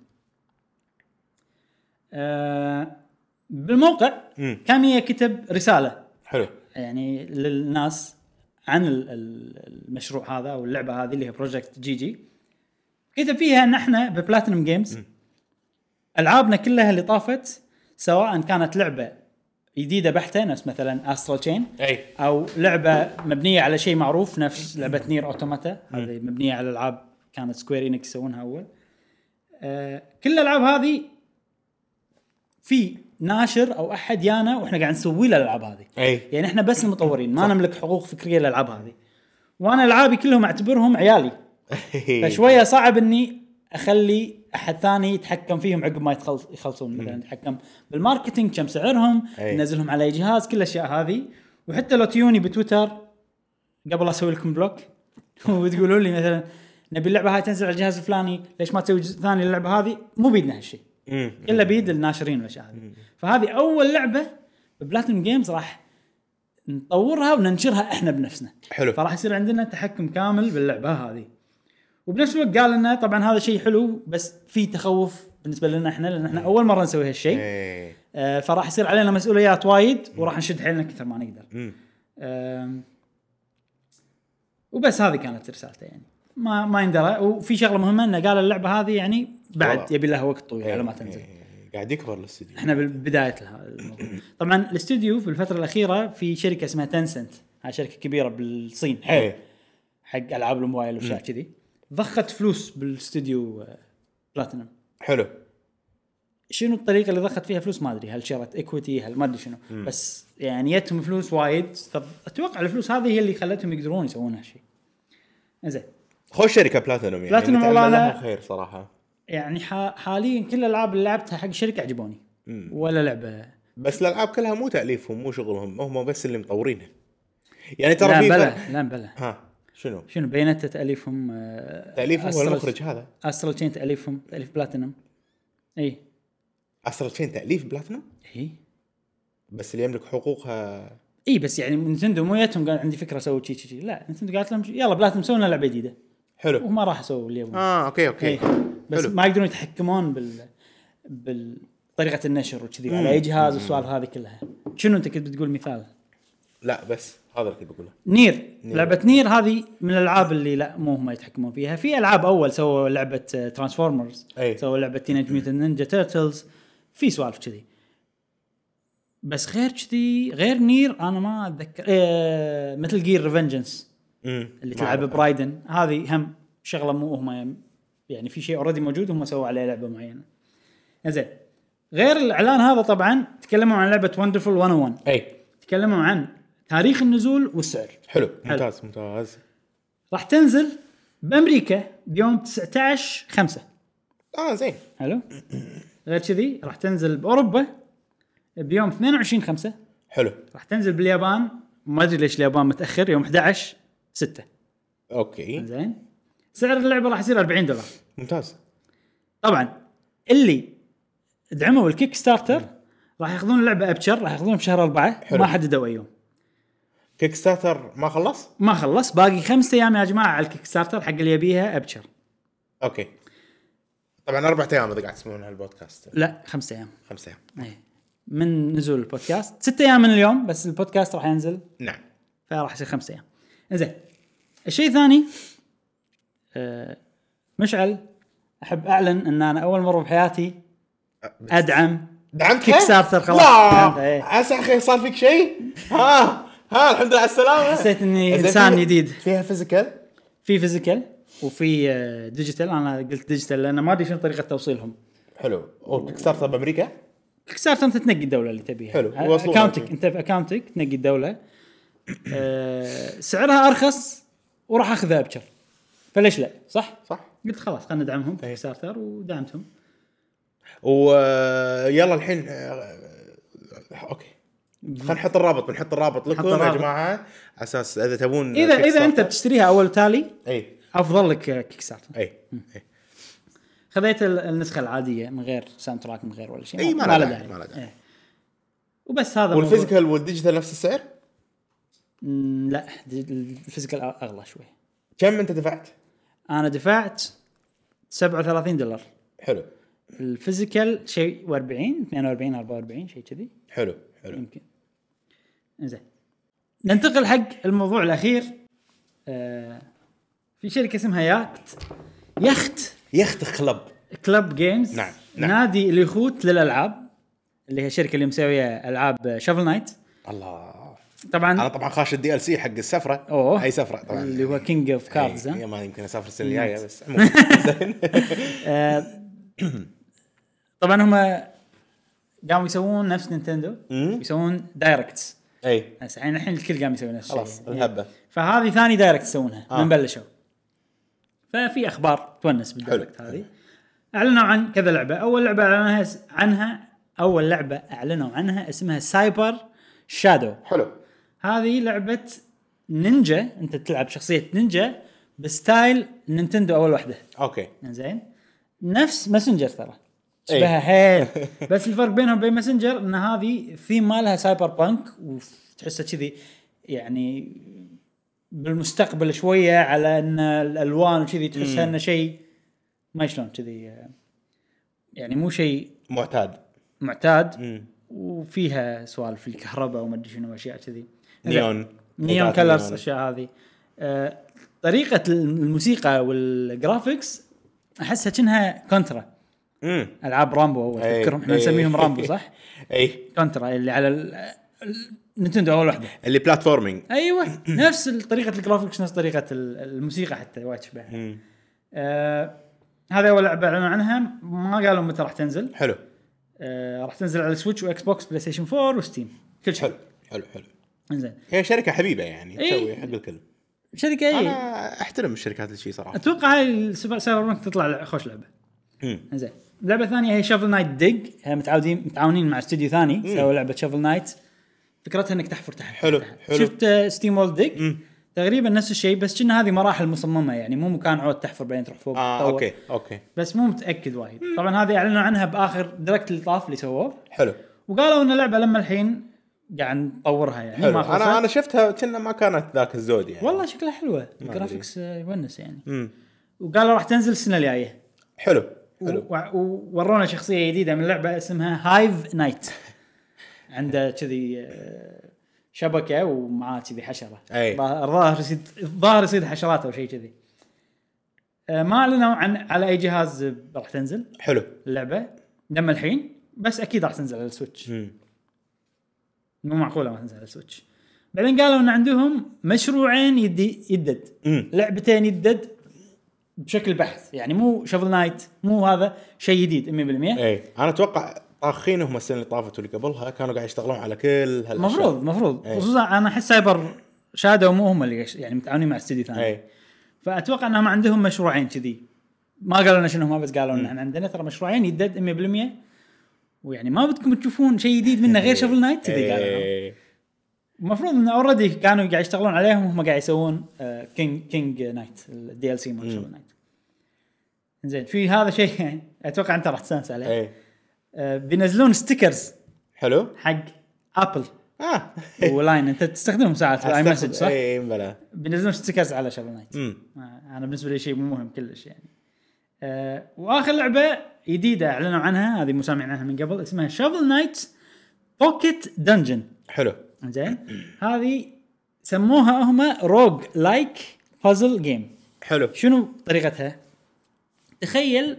آه بالموقع مم. كاميا كتب رساله حلو يعني للناس عن المشروع هذا او اللعبه هذه اللي هي بروجكت جي جي. كتب فيها ان احنا ببلاتينوم جيمز العابنا كلها اللي طافت سواء كانت لعبه جديده بحته نفس مثلا استرال تشين اي او لعبه مبنيه على شيء معروف نفس لعبه نير اوتوماتا هذه مبنيه على العاب كانت سكوير إنكس يسوونها اول. آه كل الالعاب هذه في ناشر او احد يانا واحنا قاعد نسوي له الالعاب هذه. اي يعني احنا بس المطورين ما نملك حقوق فكريه للالعاب هذه وانا العابي كلهم اعتبرهم عيالي فشويه صعب اني اخلي احد ثاني يتحكم فيهم عقب ما يتخلص يخلصون مثلا يتحكم بالماركتينج كم سعرهم ينزلهم على اي جهاز كل الاشياء هذه. وحتى لو تيوني بتويتر قبل اسوي لكم بلوك وتقولوا لي مثلا نبي اللعبه هاي تنزل على الجهاز الفلاني ليش ما تسوي جزء ثاني للعبه هذه مو بيدنا هالشيء الا بيد الناشرين والاشياء هذه. فهذه اول لعبه ببلاتينوم جيمز راح نطورها وننشرها احنا بنفسنا. حلو. فراح يصير عندنا تحكم كامل باللعبه هذه. وبنفس الوقت قال لنا طبعا هذا شيء حلو بس في تخوف بالنسبه لنا احنا لان احنا اول مره نسوي هالشيء. إيه. آه فراح يصير علينا مسؤوليات وايد وراح نشد حيلنا كثر ما نقدر. مم. آه وبس هذه كانت رسالته يعني ما ما يندرى. وفي شغله مهمه انه قال اللعبه هذه يعني بعد والله. يبي لها وقت طويل إيه. على ما تنزل. إيه. قاعد يكبر الاستوديو. احنا بالبدايه لها الموضوع. طبعا الاستوديو في الفتره الاخيره في شركه اسمها تنسنت، هاي شركه كبيره بالصين حيل إيه. حق العاب الموبايل وشيء كذي، ضخت فلوس بالاستوديو بلاتينوم. حلو. شنو الطريقه اللي ضخت فيها فلوس ما ادري، هل شرت ايكويتي هل ما ادري شنو، مم. بس يعني جتهم فلوس وايد. اتوقع الفلوس هذه هي اللي خلتهم يقدرون يسوون هالشيء. زين خوش شركه بلاتينوم يعني بلاتينوم نتأمل والله لها أنا- خير صراحه. يعني حاليا كل الالعاب اللي لعبتها حق الشركه عجبوني. مم. ولا لعبه بس الالعاب كلها مو تاليفهم مو شغلهم هم بس اللي مطورينها يعني ترى لا في بلا فرق- لا بلا ها شنو شنو بينته تاليفهم آه، تاليفهم ولا المخرج هذا استرال تشين تاليفهم تاليف بلاتينوم. اي استرال تشين تاليف بلاتينوم اي بس اللي يملك حقوقها. اي بس يعني نينتندو مو ياتهم قال عندي فكره اسوي شيء شيء، لا نينتندو قالت لهم يلا بلاتينوم سووا لنا لعبه جديده حلو. وما راح يسووا اللي يبون. اه اوكي اوكي إيه. بس حلو. ما يقدرون يتحكمون بال بالطريقه النشر وكذي على اي جهاز والسوالف هذه كلها. شنو انت كنت بتقول مثال؟ لا بس هذا اللي كنت بقوله. نير. نير. لعبه نير هذه من الالعاب اللي لا مو هم يتحكمون فيها. في العاب اول سووا لعبه ترانسفورمرز، أي. سووا لعبه تينيج ميوتنت نينجا تيرتلز، في سوالف كذي. بس غير كذي غير نير انا ما اتذكر. إيه مثل جير ريفنجنس امم اللي تلعب برايدن، هذه هم شغله مو هم يعني في شيء اوريدي موجود وهم سووا عليه لعبه معينه. زين غير الاعلان هذا طبعا تكلموا عن لعبه وندرفul مية وواحد. اي تكلموا عن تاريخ النزول والسعر. حلو ممتاز ممتاز. راح تنزل بامريكا بيوم تسعة عشر خمسة. اه زين. حلو. غير كذي راح تنزل باوروبا بيوم اثنين وعشرين خمسة. حلو راح تنزل باليابان ما ادري ليش اليابان متاخر يوم احد عشر ستة. اوكي زين سعر اللعبه راح يصير أربعين دولار. ممتاز. طبعا اللي دعموا الكيك ستارتر راح ياخذون اللعبه ابشر، راح ياخذونها بشهر أربعة. حلو. ما حددوا اي يوم. كيك ستارتر ما خلص. ما خلص باقي خمسة ايام يا جماعه على الكيك ستارتر حق اللي يبيها ابشر. اوكي طبعا اربع ايام اذا قاعد تسمعون هالبودكاست. لا خمسة ايام. خمسة ايام. ايه من نزول البودكاست. ستة ايام من اليوم بس البودكاست راح ينزل نعم فراح يصير خمسة ايام. زين الشيء الثاني أه مشعل احب اعلن ان انا اول مره بحياتي ادعم دعمت كيك ستارتر. خلاص لا إيه. عسى اخي صار فيك شيء. ها ها الحمد لله على السلامه. حسيت اني زين انسان فيها- جديد. فيها فيزيكال. في فيزيكال وفي آه، ديجيتال. انا قلت ديجيتال لان ما ادري شنو طريقه توصيلهم. حلو. وكيك ستارتر بامريكا. كيك ستارتر انت تنقي الدوله اللي تبيها. حلو. يوصلون اكاونتك لك. انت في اكاونتك تنقي الدوله. أه سعرها ارخص وراح اخذها ابشر فليش لا صح صح. قلت خلاص خلينا ندعمهم أي. كيك ستارتر ودعمتهم. ويلا الحين آه، اوكي خلينا نحط الرابط بنحط الرابط لكم يا الرابط. جماعه على اساس اذا تبون اذا كيك اذا انت ستارتر. بتشتريها اول تالي اي افضل لك كيك ستارتر. اي اي خذيت ال- النسخه العاديه من غير ساوند تراك من غير ولا شيء. إي، ما له داعي، ما له داعي. إيه. وبس هذا والفيزيكال والديجيتال نفس السعر. مم، لا دي- الفيزيكال اغلى شوي. كم انت دفعت؟ انا دفعت سبعة وثلاثين دولار. حلو الفيزيكال شيء وأربعين اثنين وأربعين أربعة وأربعين شيء كذي حلو حلو. يمكن. زين ننتقل حق الموضوع الاخير. آه في شركه اسمها ياكت يخت يخت كلب. كلب جيمز. نعم، نعم. نادي اليخوت للالعاب اللي هي الشركه اللي مسويه العاب شافل نايت. الله طبعا انا طبعا خاش الدي ال سي حق السفره. أوه. اي سفره طبعا اللي هو كينج اوف كاردز. إي، ما يمكن اسافر السنه الجايه بس عموما زين. آه طبعا هم قاموا يسوون نفس نينتندو مم. يسوون دايركتس. اي بس يعني الحين الكل قام يسوي نفس الشيء. خلاص الهبه. فهذه ثاني دايركت يسوونها آه. من بلشوا. ففي اخبار تونس بالدايركت حلو. هذه. اعلنوا عن كذا لعبه. اول لعبه اعلنوها عنها اول لعبه اعلنوا عنها اسمها سايبر شادو. حلو هذه لعبه نينجا. انت تلعب شخصيه نينجا بستايل نينتندو اول واحده. اوكي زين نفس ماسنجر ترى شبهها حيل. بس الفرق بينهم وبين ماسنجر ان هذه ثيم مالها سايبر بانك وتحسها كذي يعني بالمستقبل شويه على ان الالوان وكذي تحسها انه شيء ما شلون كذي. يعني مو شيء معتاد معتاد مم. وفيها سوالف الكهرباء وما ادري شنو اشياء كذي نيون نيون كلرز اشياء هذه. أه طريقه الموسيقى والجرافيكس احسها كأنها كونترا امم العاب رامبو اول تذكرهم احنا نسميهم رامبو صح اي كونترا اللي على النينتندو اول وحده اللي بلاتفورمينج ايوه نفس طريقه الجرافيكس نفس طريقه الموسيقى حتى وايد تشبهها. آه هذا اول لعبه اعلنوا عنها ما قالوا متى راح تنزل. حلو. آه راح تنزل على السويتش واكس بوكس بلاي ستيشن فور وستيم كل شيء. حلو حلو حلو انزين هي شركه حبيبه يعني إيه؟ تسوي حق الكل شركه اي انا احترم الشركات اللي شيء صراحه. اتوقع هاي سايبر بانك تطلع خوش لعبه. امم انزين اللعبه الثانيه هي شافل نايت ديج هي متعاودين متعاونين مع استوديو ثاني سووا لعبه شافل نايت فكرتها انك تحفر تحت. حلو تحت. حلو. شفت ستيم وولد ديج تقريبا نفس الشيء بس كنا هذه مراحل مصممه يعني مو مكان عود تحفر بعدين تروح فوق. اه تطور. اوكي اوكي بس مو متاكد وايد. طبعا هذه اعلنوا عنها باخر دايركت اللي طاف اللي سووه. حلو. وقالوا ان اللعبه لما الحين قاعد نطورها يعني حلو. ما خلصت. انا انا شفتها كنا ما كانت ذاك الزود يعني والله شكلها حلوه الجرافيكس يونس يعني. امم وقالوا راح تنزل السنه الجايه. حلو حلو. وورونا شخصيه جديده من اللعبه اسمها هايف نايت عنده كذي شبكه ومعاه كذي حشره ظاهر يصيد ظاهر يصيد حشرات او شيء كذي. ما اعلنوا عن على اي جهاز راح تنزل. حلو. اللعبه لما الحين بس اكيد راح تنزل على السويتش. مم. مو معقوله ما تنزل على السويتش. بعدين قالوا ان عندهم مشروعين يدي يدد مم. لعبتين يدد بشكل بحث يعني مو شافل نايت مو هذا شيء جديد مية بالمية. اي انا اتوقع طاخينهم السنه اللي طافت واللي قبلها كانوا قاعد يشتغلون على كل هالاشياء. مفروض مفروض خصوصا انا احس سايبر شادو مو هم اللي يعني متعاونين مع استوديو ثاني. أي. فاتوقع انهم عندهم مشروعين كذي ما قالوا لنا شنو هم بس قالوا ان عندنا ترى مشروعين يدد مية بالمية ويعني ما بدكم تشوفون شيء جديد منه غير شافل نايت كذي قالوا. المفروض ان اوريدي كانوا قاعد يشتغلون عليهم وهم قاعد يسوون كينج كينج نايت الدي ال سي مال شافل نايت. زين في هذا شيء اتوقع انت راح تستانس عليه. اي آه بينزلون ستيكرز حلو حق ابل اه ولاين انت تستخدمهم ساعات باي مسج صح؟ اي بلا بينزلون ستيكرز على شافل نايت. امم انا بالنسبه لي شيء مو مهم كلش يعني. آه واخر لعبه جديده اعلنوا عنها هذه مسامعين عنها من قبل اسمها شافل نايت بوكيت دنجن. حلو. زين هذه سموها هم روج لايك بازل جيم. حلو. شنو طريقتها؟ تخيل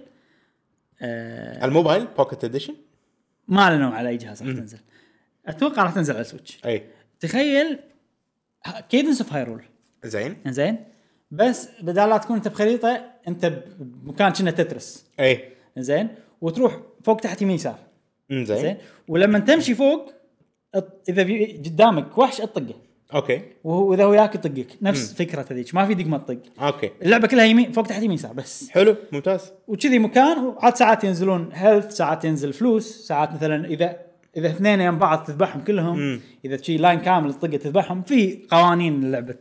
آه الموبايل بوكيت اديشن ما اعلنوا على اي جهاز راح تنزل. اتوقع راح تنزل على السويتش. اي تخيل كيدنس اوف هايرول. زين زين بس بدال لا تكون انت بخريطه انت بمكان كنا تترس. اي زين وتروح فوق تحت يمين يسار. زين زين ولما تمشي فوق اذا قدامك وحش اطقه. اوكي. واذا هو ياك يطقك نفس مم. فكره هذيك ما في دقمه تطق. اوكي. اللعبه كلها يمين فوق تحت يمين يسار بس. حلو ممتاز. وكذي مكان وعاد ساعات ينزلون هيلث ساعات ينزل فلوس ساعات مثلا اذا اذا اثنين يم بعض تذبحهم كلهم. مم. اذا شيء لاين كامل تطقه تذبحهم في قوانين لعبه.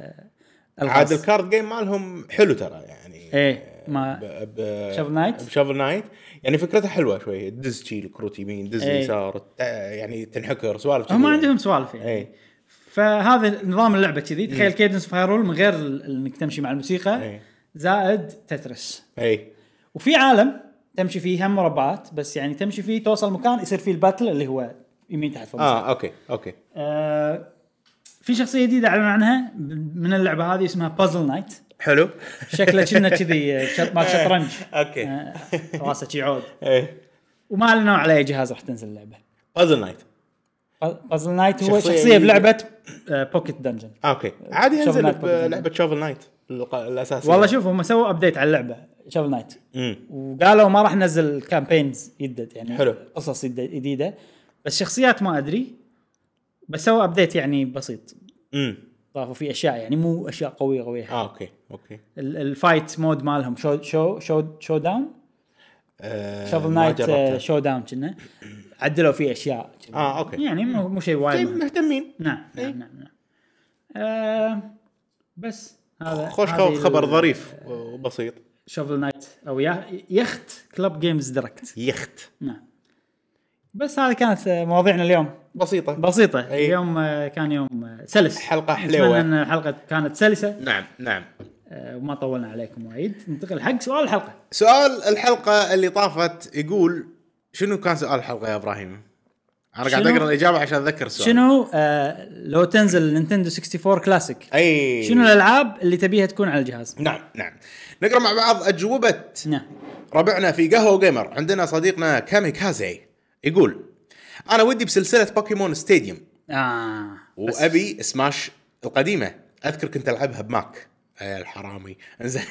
عاد الكارد جيم مالهم حلو ترى يعني. ايه ما شافل نايت شافل نايت يعني فكرتها حلوه شويه دز شي الكروت يمين دز ايه. يسار يعني تنحكر سوالف هم عندهم سوالف يعني. ايه. فهذا نظام اللعبه كذي تخيل كيدنس فايرول من غير انك تمشي مع الموسيقى. ايه. زائد تترس. اي وفي عالم تمشي فيه هم مربعات بس يعني تمشي فيه توصل مكان يصير فيه الباتل اللي هو يمين تحت فوق. اه اوكي اوكي. آه في شخصيه جديده اعلنوا عنها من اللعبه هذه اسمها بازل نايت. حلو. شكله كنا كذي مال شطرنج. اوكي. آه راسه شي عود. ايه. وما اعلنوا على اي جهاز راح تنزل اللعبه. بازل نايت بازل نايت هو شخصيه بلعبه بوكيت دنجن. اوكي عادي ينزل بلعبه شافل نايت الاساسيه. والله شوف هم سووا ابديت على اللعبه شافل نايت. امم وقالوا ما راح ننزل كامبينز يدد يعني حلو. قصص جديده بس شخصيات ما ادري بس سووا ابديت يعني بسيط. امم ضافوا فيه اشياء يعني مو اشياء قويه قويه. اه اوكي اوكي. الفايت مود مالهم شو شو شو شو داون. آه شافل نايت شو داون كنا عدلوا فيه اشياء كنا. اه اوكي يعني مو مو شيء وايد مهتمين. نعم نعم نعم, نعم. آه بس هذا خوش خبر ظريف وبسيط. شافل نايت او يخت كلوب جيمز دايركت يخت. نعم بس هذه كانت مواضيعنا اليوم بسيطة بسيطة. أي. اليوم كان يوم سلس حلقة حلوة. أتمنى أن الحلقة كانت سلسة. نعم نعم. أه وما طولنا عليكم وايد، ننتقل حق سؤال الحلقه. سؤال الحلقه اللي طافت يقول شنو كان سؤال الحلقه يا ابراهيم؟ انا قاعد اقرا الاجابه عشان اتذكر السؤال. شنو آه لو تنزل نينتندو ستة وستين كلاسيك اي شنو الالعاب اللي تبيها تكون على الجهاز؟ نعم نعم نقرا مع بعض اجوبه نعم. ربعنا في قهوه جيمر. عندنا صديقنا كاميكازي يقول انا ودي بسلسله بوكيمون ستاديوم اه وابي سماش القديمه، اذكر كنت العبها بماك الحرامي. انزين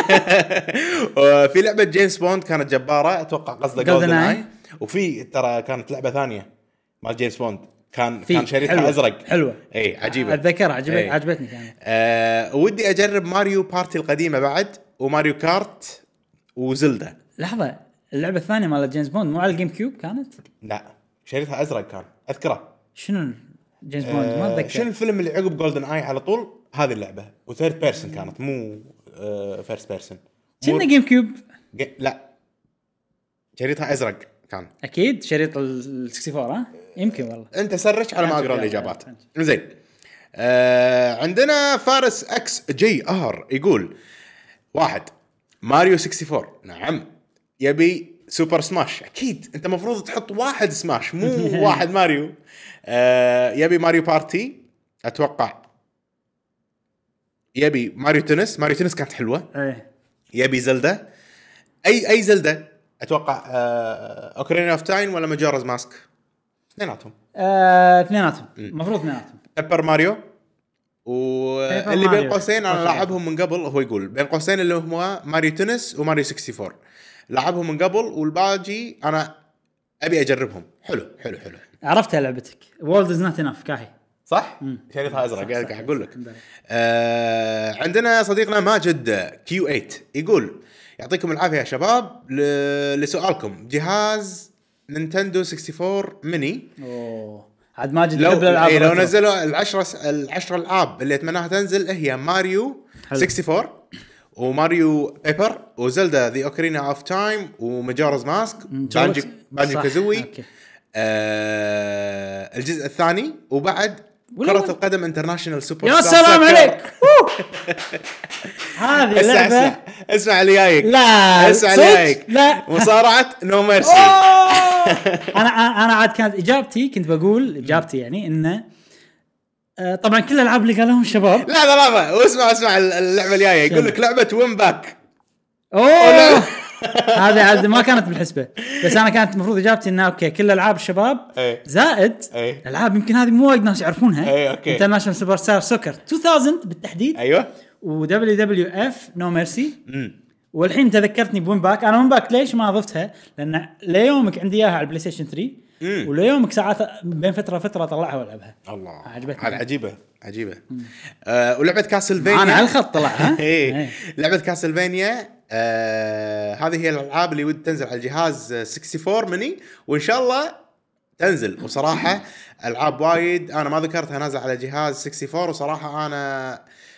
في لعبه جيمس بوند كانت جباره، اتوقع قصده جولدن اي، وفي ترى كانت لعبه ثانيه مال جيمس بوند كان كان شريطها ازرق حلوه اي عجيبه اتذكرها عجبتني عجبتني كانت. أه ودي اجرب ماريو بارتي القديمه بعد، وماريو كارت وزلدا. لحظه اللعبه الثانيه مال جيمس بوند مو على الجيم كيوب كانت؟ لا شريطها ازرق كان اذكره. شنو جيمس بوند؟ أه ما اتذكر. شنو الفيلم اللي عقب جولدن اي على طول؟ هذه اللعبه وثيرد بيرسون كانت مو أه فيرست بيرسون. كنا جيم كيوب؟ جي... لا شريطها ازرق كان اكيد شريط ال ستة وستين ها يمكن والله. انت سرش على ما اقرا الاجابات. زين آه عندنا فارس اكس جي ار يقول واحد ماريو ستة وستين. نعم يبي سوبر سماش. اكيد انت مفروض تحط واحد سماش مو واحد ماريو. آه يبي ماريو بارتي اتوقع. يبي ماريو تنس. ماريو تنس كانت حلوه. ايه. يبي زلدا. اي اي زلدا اتوقع. آه اوكرينا اوف تايم ولا ماجورز ماسك؟ اثنيناتهم. آه اثنيناتهم المفروض اثنيناتهم. بيبر ماريو واللي بين قوسين انا لاعبهم من قبل. هو يقول بين قوسين اللي هو ماريو تنس وماريو ستة وستين لعبهم من قبل، والباقي انا ابي اجربهم. حلو حلو حلو. عرفتها لعبتك وورلد از نوت انف كاهي صح؟ شريطها ازرق قاعد اقول لك. آه عندنا صديقنا ماجد كيو ثمانية يقول يعطيكم العافيه يا شباب. ل... لسؤالكم جهاز نينتندو ستة وستين ميني. اوه عاد ماجد لو, الالعاب إيه لو نزلوا العشرة العشرة العاب اللي اتمناها تنزل هي ماريو ستة وستين وماريو بيبر وزلدا ذا اوكرينا اوف تايم وماجورز ماسك بانجي بانجي كازوي. آه الجزء الثاني وبعد كرة القدم انترناشونال سوبر يا سلام عليك. هذه اللعبة اسمع اللي جايك. لا اسمع اللي جايك. لا مصارعة نو ميرسي. انا انا عاد كانت اجابتي كنت بقول اجابتي يعني انه طبعا كل الالعاب اللي قالهم الشباب. لا لا لا واسمع اسمع اللعبة اللي جاية يقول لك لعبة وين باك. اوه هذه عاد ما كانت بالحسبة، بس انا كانت المفروض اجابتي انه اوكي كل العاب الشباب زائد العاب يمكن هذه مو وايد ناس يعرفونها. انترناشونال سوبر ستار سوكر ألفين بالتحديد. ايوه ودبليو دبليو اف نو ميرسي. والحين تذكرتني بوين باك. انا وين باك ليش ما ضفتها؟ لان ليومك عندي اياها على البلاي ستيشن ثلاثة وليومك ساعات بين فتره فتره اطلعها والعبها. الله عجبتني. عجيبه عجيبه. آه ولعبه كاسلفينيا انا على الخط طلعها. ايه لعبه كاسلفينيا. آه هذه هي الالعاب اللي ودي تنزل على الجهاز ستة وستين ميني وان شاء الله تنزل. وصراحه العاب وايد انا ما ذكرتها نازل على جهاز ستة وستين، وصراحه انا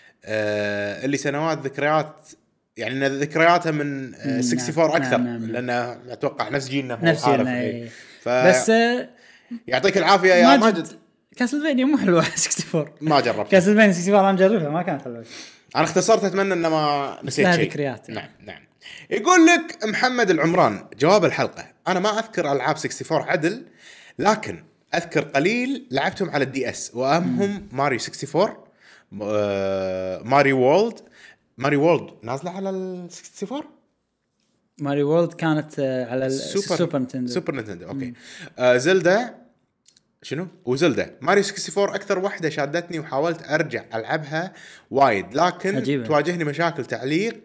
آه اللي سنوات ذكريات يعني ذكرياتها من ستة وستين اكثر. نعم نعم. لانه اتوقع نفس جيلنا نفس جيلنا. ف... بس يعطيك العافيه يا ماجد, ماجد. كاسلفينيا مو حلوه ستة وستين ما جربت. كاسلفينيا ستة وستين انا مجربها ما كانت حلوه. انا اختصرت اتمنى ان ما نسيت شيء. ذكريات. نعم نعم. يقول لك محمد العمران جواب الحلقه انا ما اذكر العاب ستة وستين عدل، لكن اذكر قليل لعبتهم على الدي اس واهمهم ماريو ستة وستين آه... ماريو وورلد. ماريو وورلد نازله على ال ستة وستين. ماريو وورلد كانت على السوبر نينتندو. سوبر نينتندو اوكي. آه زلدا شنو وزلدا ماريو ستة وستين اكثر واحده شادتني وحاولت ارجع العبها وايد، لكن عجيبة. تواجهني مشاكل تعليق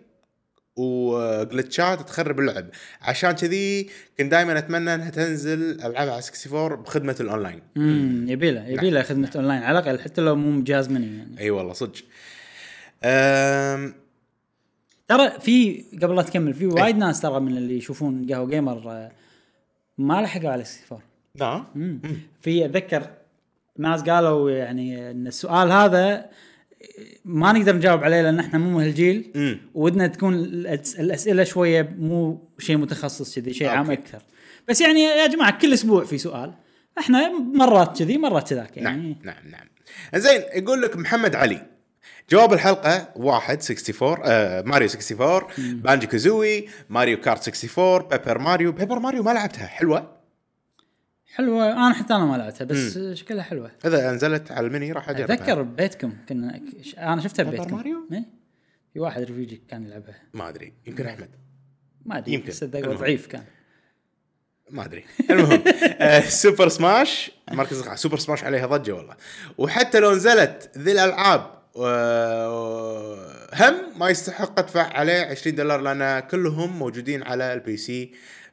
وجلتشات تخرب اللعب. عشان كذي كنت دائما اتمنى انها تنزل العاب على ستة وستين بخدمه الاونلاين. امم يبي له يبي له خدمه اونلاين على الاقل حتى لو مو جهاز مني يعني. اي أيوة والله صدق. أم... ترى في قبل لا تكمل في وايد أي. ناس ترى من اللي يشوفون قهوه جيمر ما لحقوا على ستة وستين. نعم. في اتذكر ناس قالوا يعني ان السؤال هذا ما نقدر نجاوب عليه لان احنا مو من هالجيل ودنا تكون الاسئله شويه مو شيء متخصص كذي شيء عام اكثر. بس يعني يا جماعه كل اسبوع في سؤال، احنا مرات كذي مرات كذاك يعني. نعم نعم نعم. زين يقول لك محمد علي جواب الحلقه واحد أربعة وستين آه ماريو أربعة وستين بانجو كازوي ماريو كارت أربعة وستين بيبر ماريو بيبر ماريو ما لعبتها حلوه حلوه انا حتى انا ما لعبتها بس مم. شكلها حلوه اذا نزلت على المني راح اجربها. اتذكر ببيتكم كنا انا شفتها ببيتكم ماريو إيه؟ في واحد ريفيجي كان يلعبها ما ادري يمكن احمد ما ادري يمكن صدق ضعيف كان ما ادري المهم آه سوبر سماش مركز القاع سوبر سماش عليها ضجه والله وحتى لو نزلت ذي الالعاب هم ما يستحق ادفع عليه عشرين دولار لان كلهم موجودين على البي سي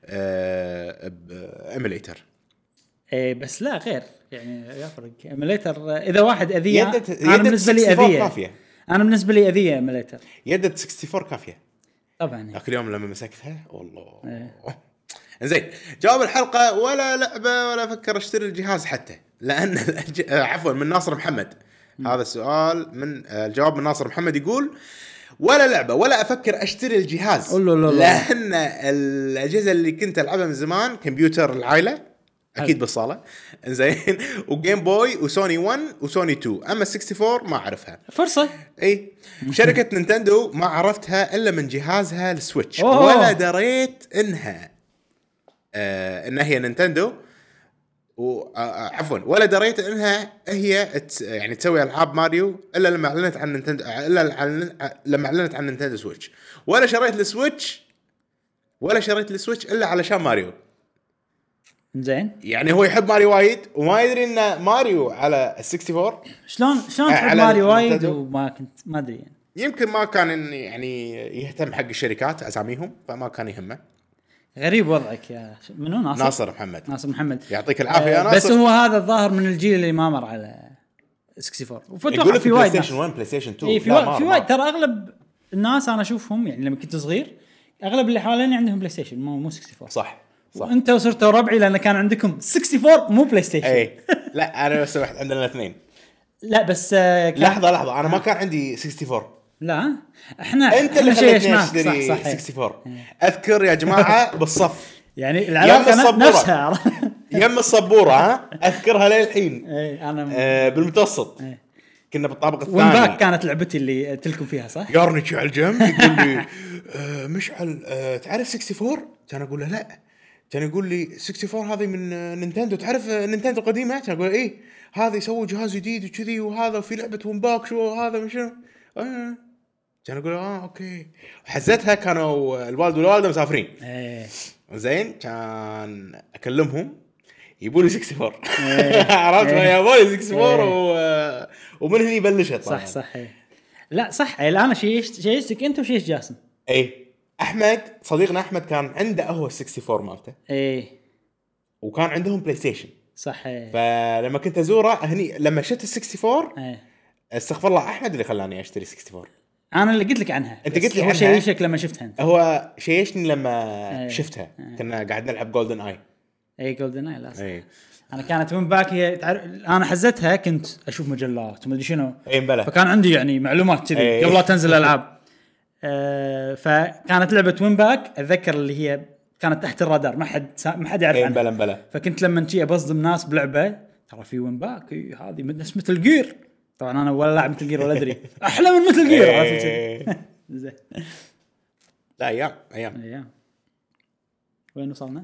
ايميليتر. ايه بس لا غير يعني يفرق ايميليتر اذا واحد اذيه انا بالنسبه لي اذيه كافيه انا بالنسبه لي اذيه ايميليتر يدة أربعة وستين كافيه طبعا. ذاك اليوم لما مسكتها والله إيه. زين جواب الحلقه ولا لعبه ولا افكر اشتري الجهاز حتى لان الأج... عفوا من ناصر محمد م. هذا السؤال من الجواب من ناصر محمد يقول ولا لعبه ولا افكر اشتري الجهاز لان الاجهزه اللي كنت العبها من زمان كمبيوتر العائله اكيد بالصاله زين وجيم بوي وسوني واحد وسوني اثنين اما أربعة وستين ما اعرفها فرصه اي شركه نينتندو ما عرفتها الا من جهازها السويتش ولا دريت انها آه انها هي نينتندو وعفوا ولا دريت انها هي يعني تسوي العاب ماريو الا لما اعلنت عن نينتندو الا لما اعلنت عن نينتندو سويتش ولا شريت السويتش ولا شريت السويتش الا علشان ماريو. زين يعني هو يحب ماريو وايد وما يدري ان ماريو على ال أربعة وستين شلون شلون تحب ماريو وايد وما كنت ما ادري يعني. يمكن ما كان يعني يهتم حق الشركات اساميهم فما كان يهمه. غريب وضعك يا منو ناصر ناصر محمد ناصر محمد يعطيك العافيه يا آه ناصر. بس هو هذا الظاهر من الجيل اللي ما مر على أربعة وستين وفتوى في وايد بلاي ستيشن واحد بلاي ستيشن اثنين إيه في وايد في وايد ترى اغلب الناس انا اشوفهم يعني لما كنت صغير اغلب اللي حواليني عندهم بلاي ستيشن مو مو أربعة وستين صح صح وانت وصرتوا ربعي لان كان عندكم أربعة وستين مو بلاي ستيشن. اي لا انا بس واحد عندنا الاثنين. لا بس آه كان... لحظه لحظه انا ما كان عندي أربعة وستين لا احنا انت اللي خليتني اشتري أربعة وستين اذكر يا جماعه بالصف يعني العلاقه نفسها يم الصبوره ها اذكرها للحين. اي انا آه بالمتوسط اي. كنا بالطابق الثاني ومباك كانت لعبتي اللي قلت لكم فيها صح يارني على الجنب يقول لي آه مشعل آه تعرف أربعة وستين كان اقول له لا كان يقول لي أربعة وستين هذه من نينتندو تعرف نينتندو القديمه كان اقول ايه هذا يسوي جهاز جديد وكذي وهذا في لعبه ومباك شو هذا مش آه. كان اقول اه اوكي حزتها كانوا الوالد والوالده مسافرين ايه زين كان اكلمهم يبوا لي أربعة وستين عرفت يا ابوي أربعة وستين ومن هنا بلشت صح صح لا صح الان شيشت شيشتك انت وشيش جاسم. اي احمد صديقنا احمد كان عنده هو أربعة وستين مالته اي وكان عندهم بلاي ستيشن صح. فلما كنت ازوره هني لما شفت ال أربعة وستين اي استغفر الله احمد اللي خلاني اشتري أربعة وستين. انا اللي قلت لك عنها انت قلت لي هو عنها شيشك لما شفتها انت. هو شيشني لما أي. شفتها أي. كنا قاعد نلعب جولدن اي اي جولدن اي لا أي. انا كانت من باك هي تعرف انا حزتها كنت اشوف مجلات وما ادري شنو اي مبلى فكان عندي يعني معلومات كذي قبل لا تنزل الالعاب. أه فكانت لعبه وين باك اتذكر اللي هي كانت تحت الرادار ما حد ما حد يعرف عنها. بلا بلا. فكنت لما نجي ابصدم ناس بلعبه ترى في وين باك هذه من اسم مثل جير طبعا انا ولا لاعب مثل جير ولا ادري احلى من مثل جير عرفت زين. لا ايام ايام ايام وين وصلنا؟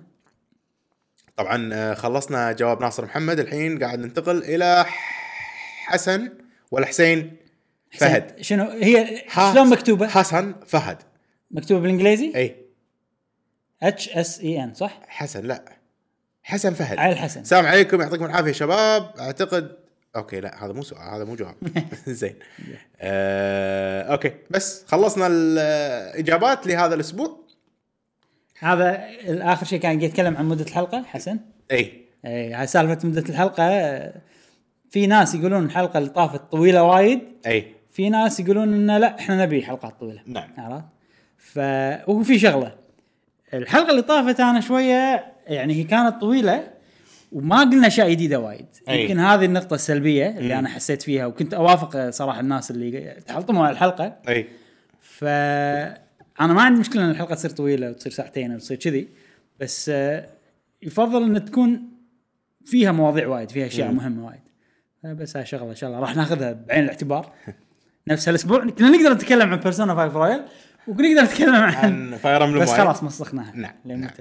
طبعا خلصنا جواب ناصر محمد الحين قاعد ننتقل الى حسن ولا حسين فهد. شنو هي شلون مكتوبه؟ حسن فهد مكتوبه بالانجليزي اي اتش اس اي ان صح؟ حسن لا حسن فهد. على الحسن. السلام عليكم يعطيكم العافيه شباب. اعتقد اوكي لا هذا مو سؤال هذا مو جواب زين آه... اوكي بس خلصنا الاجابات لهذا الاسبوع. هذا الاخر شيء كان يتكلم عن مده الحلقه حسن. اي اي هاي سالفه مده الحلقه. في ناس يقولون الحلقه اللي طافت طويله وايد. اي في ناس يقولون ان لا احنا نبي حلقات طويله. نعم عرفت. ف وهو في شغله الحلقه اللي طافت انا شويه يعني هي كانت طويله وما قلنا اشياء جديده وايد. يمكن هذه النقطه السلبيه اللي م. انا حسيت فيها وكنت اوافق صراحه الناس اللي تحلطموا على الحلقه. اي ف انا ما عندي مشكله ان الحلقه تصير طويله وتصير ساعتين او تصير كذي بس يفضل ان تكون فيها مواضيع وايد فيها اشياء م. مهمه وايد. بس هاي شغله ان شاء الله راح ناخذها بعين الاعتبار نفس هالاسبوع كنا نقدر نتكلم عن بيرسونا خمسة رويال وكنا نقدر نتكلم عن, عن فاير امبلم بس خلاص مسخناها. نعم نعم, نعم.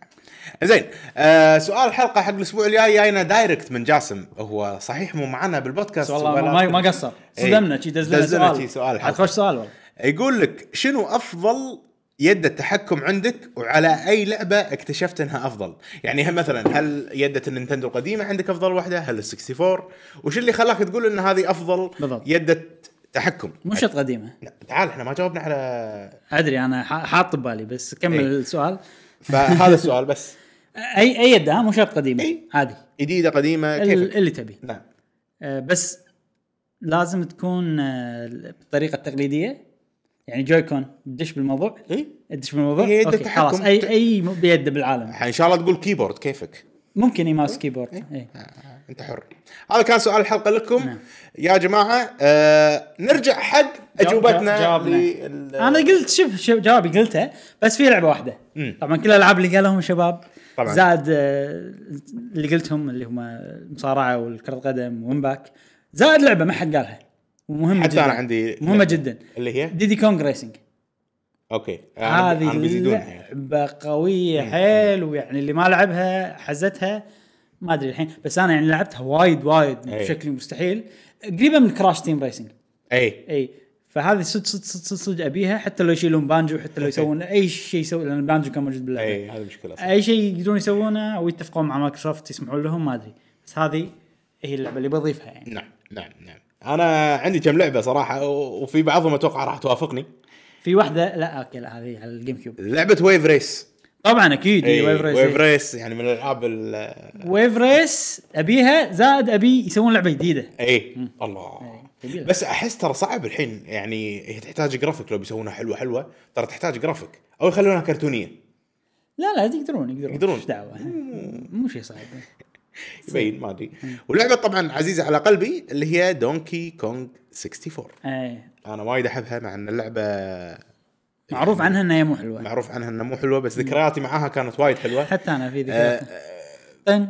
زين آه سؤال الحلقه حق الاسبوع الجاي جاينا دايركت من جاسم. هو صحيح مو معنا بالبودكاست والله ما ما قصر صدمنا شي دزلنا سؤال, سؤال خوش سؤال والله. يقول لك شنو افضل يد التحكم عندك وعلى اي لعبه اكتشفت انها افضل؟ يعني مثلا هل يدة النينتندو القديمه عندك افضل واحده؟ هل ال أربعة وستين؟ وش اللي خلاك تقول ان هذه افضل بالضبط. يدة تحكم؟ مش قديمه. تعال احنا ما جاوبنا على ادري انا حاط ببالي بس كمل. ايه. السؤال فهذا السؤال بس. اي اي يد مو شرط قديمه. ايه؟ عادي جديده قديمه كيف اللي تبي. نعم آه بس لازم تكون آه بالطريقه التقليديه يعني جويكون تدش بالموضوع. ايه تدش بالموضوع اوكي خلاص اي اي بيد بالعالم ان شاء الله تقول كيبورد كيفك ممكن يماس كيبورد. ايه, ايه؟ آه انت حر. هذا كان سؤال الحلقه لكم. نعم. يا جماعه آه نرجع حق اجوبتنا. جوابنا. انا قلت شوف شوف جوابي قلته بس في لعبه واحده. مم. طبعا كل الالعاب اللي قالهم الشباب طبعا. زاد آه اللي قلتهم اللي هم المصارعه والكره القدم ومباك زاد لعبه ما حد قالها ومهمه حتى جدا. انا عندي مهمه جدا اللي هي ديدي كونغ ريسنج. اوكي هذه لعبه قويه حيل ويعني اللي ما لعبها حزتها ما ادري الحين بس انا يعني لعبتها وايد وايد بشكل مستحيل قريبه من كراش تيم ريسنج. اي اي فهذه صدق صدق صدق صدق ابيها حتى لو يشيلون بانجو حتى لو يسوون اي شيء يسوي لان بانجو كان موجود باللعبه. اي هذه مشكله صح. اي شيء يقدرون يسوونه او يتفقون مع مايكروسوفت يسمحون لهم ما ادري بس هذه هي اللعبه اللي بضيفها يعني. نعم نعم نعم انا عندي كم لعبه صراحه وفي بعضهم اتوقع راح توافقني. في واحده لا اوكي لا هذه على الجيم كيوب لعبه ويف ريس. طبعا اكيد ايه ويف ريس. ويف ريس يعني من الالعاب ويف ريس ابيها زائد ابي يسوون لعبه جديده. اي الله ايه. بس احس ترى صعب الحين يعني هي تحتاج جرافيك لو بيسوونها حلوه حلوه ترى تحتاج جرافيك او يخلونها كرتونيه. لا لا يقدرون يقدرون يقدرون ايش دعوه مو شيء صعب يبين ما ادري. ولعبه طبعا عزيزه على قلبي اللي هي دونكي كونغ أربعة وستين. اي انا وايد احبها مع ان اللعبه معروف عنها انها مو حلوه. معروف عنها انها مو حلوه بس ذكرياتي معاها كانت وايد حلوه. حتى انا في ذكريات طن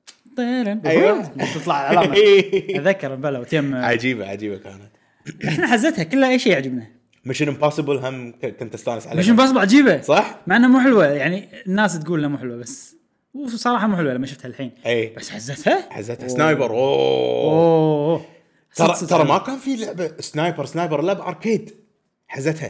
طن ايوه تطلع علامه اذكر بلا وتم عجيبه عجيبه كانت. احنا حزتها كلها اي شيء يعجبنا. ميشن امبوسيبل هم كنت استانس عليها. ميشن امبوسيبل عجيبه صح مع انها مو حلوه يعني الناس تقول انها مو حلوه بس وصراحه مو حلوه لما شفتها الحين. أي. بس حزتها حزتها سنايبر. اوه, أوه. ترى ترى ما كان في لعبه سنايبر سنايبر لعبه اركيد حزتها.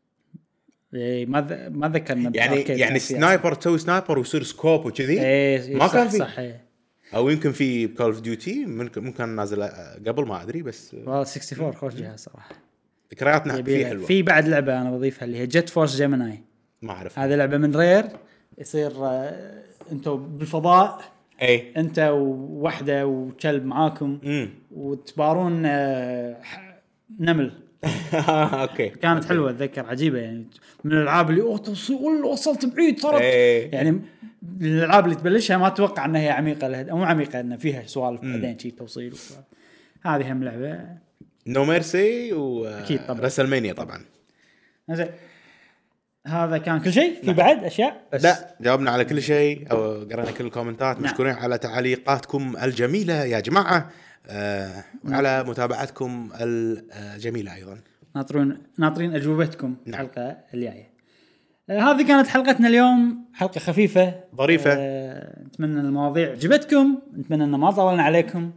اي ما ذ... ما ذكرنا يعني يعني سنايبر تسوي سنايبر ويصير سكوب وكذي. ما كان في صح ايه. او يمكن في كول اوف ديوتي ممكن ممكن نازل قبل ما ادري بس والله أربعة وستين خوش جهاز صراحه. ذكرياتنا فيه حلوه. في بعد لعبه انا بضيفها اللي هي جيت فورس جيميناي. ما اعرف هذه لعبه من رير يصير آه انتوا بالفضاء. اي انت ووحده وكلب معاكم امم وتبارون آه نمل. اوكي كانت حلوه اتذكر عجيبه يعني من الالعاب اللي اوه توصل وصلت بعيد صارت يعني الالعاب اللي تبلشها ما تتوقع انها هي عميقه لها مو عميقه انها فيها سوالف بعدين شيء توصيل وسوالف. هذه هم لعبه نو ميرسي ورسلمانيا طبعا. زين هذا كان كل شيء. في بعد اشياء بس لا جاوبنا على كل شيء او قرأنا كل الكومنتات. مشكورين نعم. على تعليقاتكم الجميله يا جماعه آه وعلى متابعتكم الجميله ايضا. ناطرين ناطرين اجوبتكم نعم. الحلقه الجايه. آه هذه كانت حلقتنا اليوم حلقه خفيفه ظريفه. آه نتمنى المواضيع عجبتكم نتمنى ان ما طولنا عليكم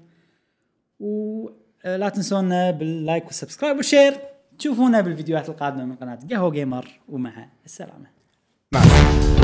ولا تنسونا باللايك والسبسكرايب والشير. تشوفونا بالفيديوهات القادمه من قناه قهوه جيمر ومع السلامه. مع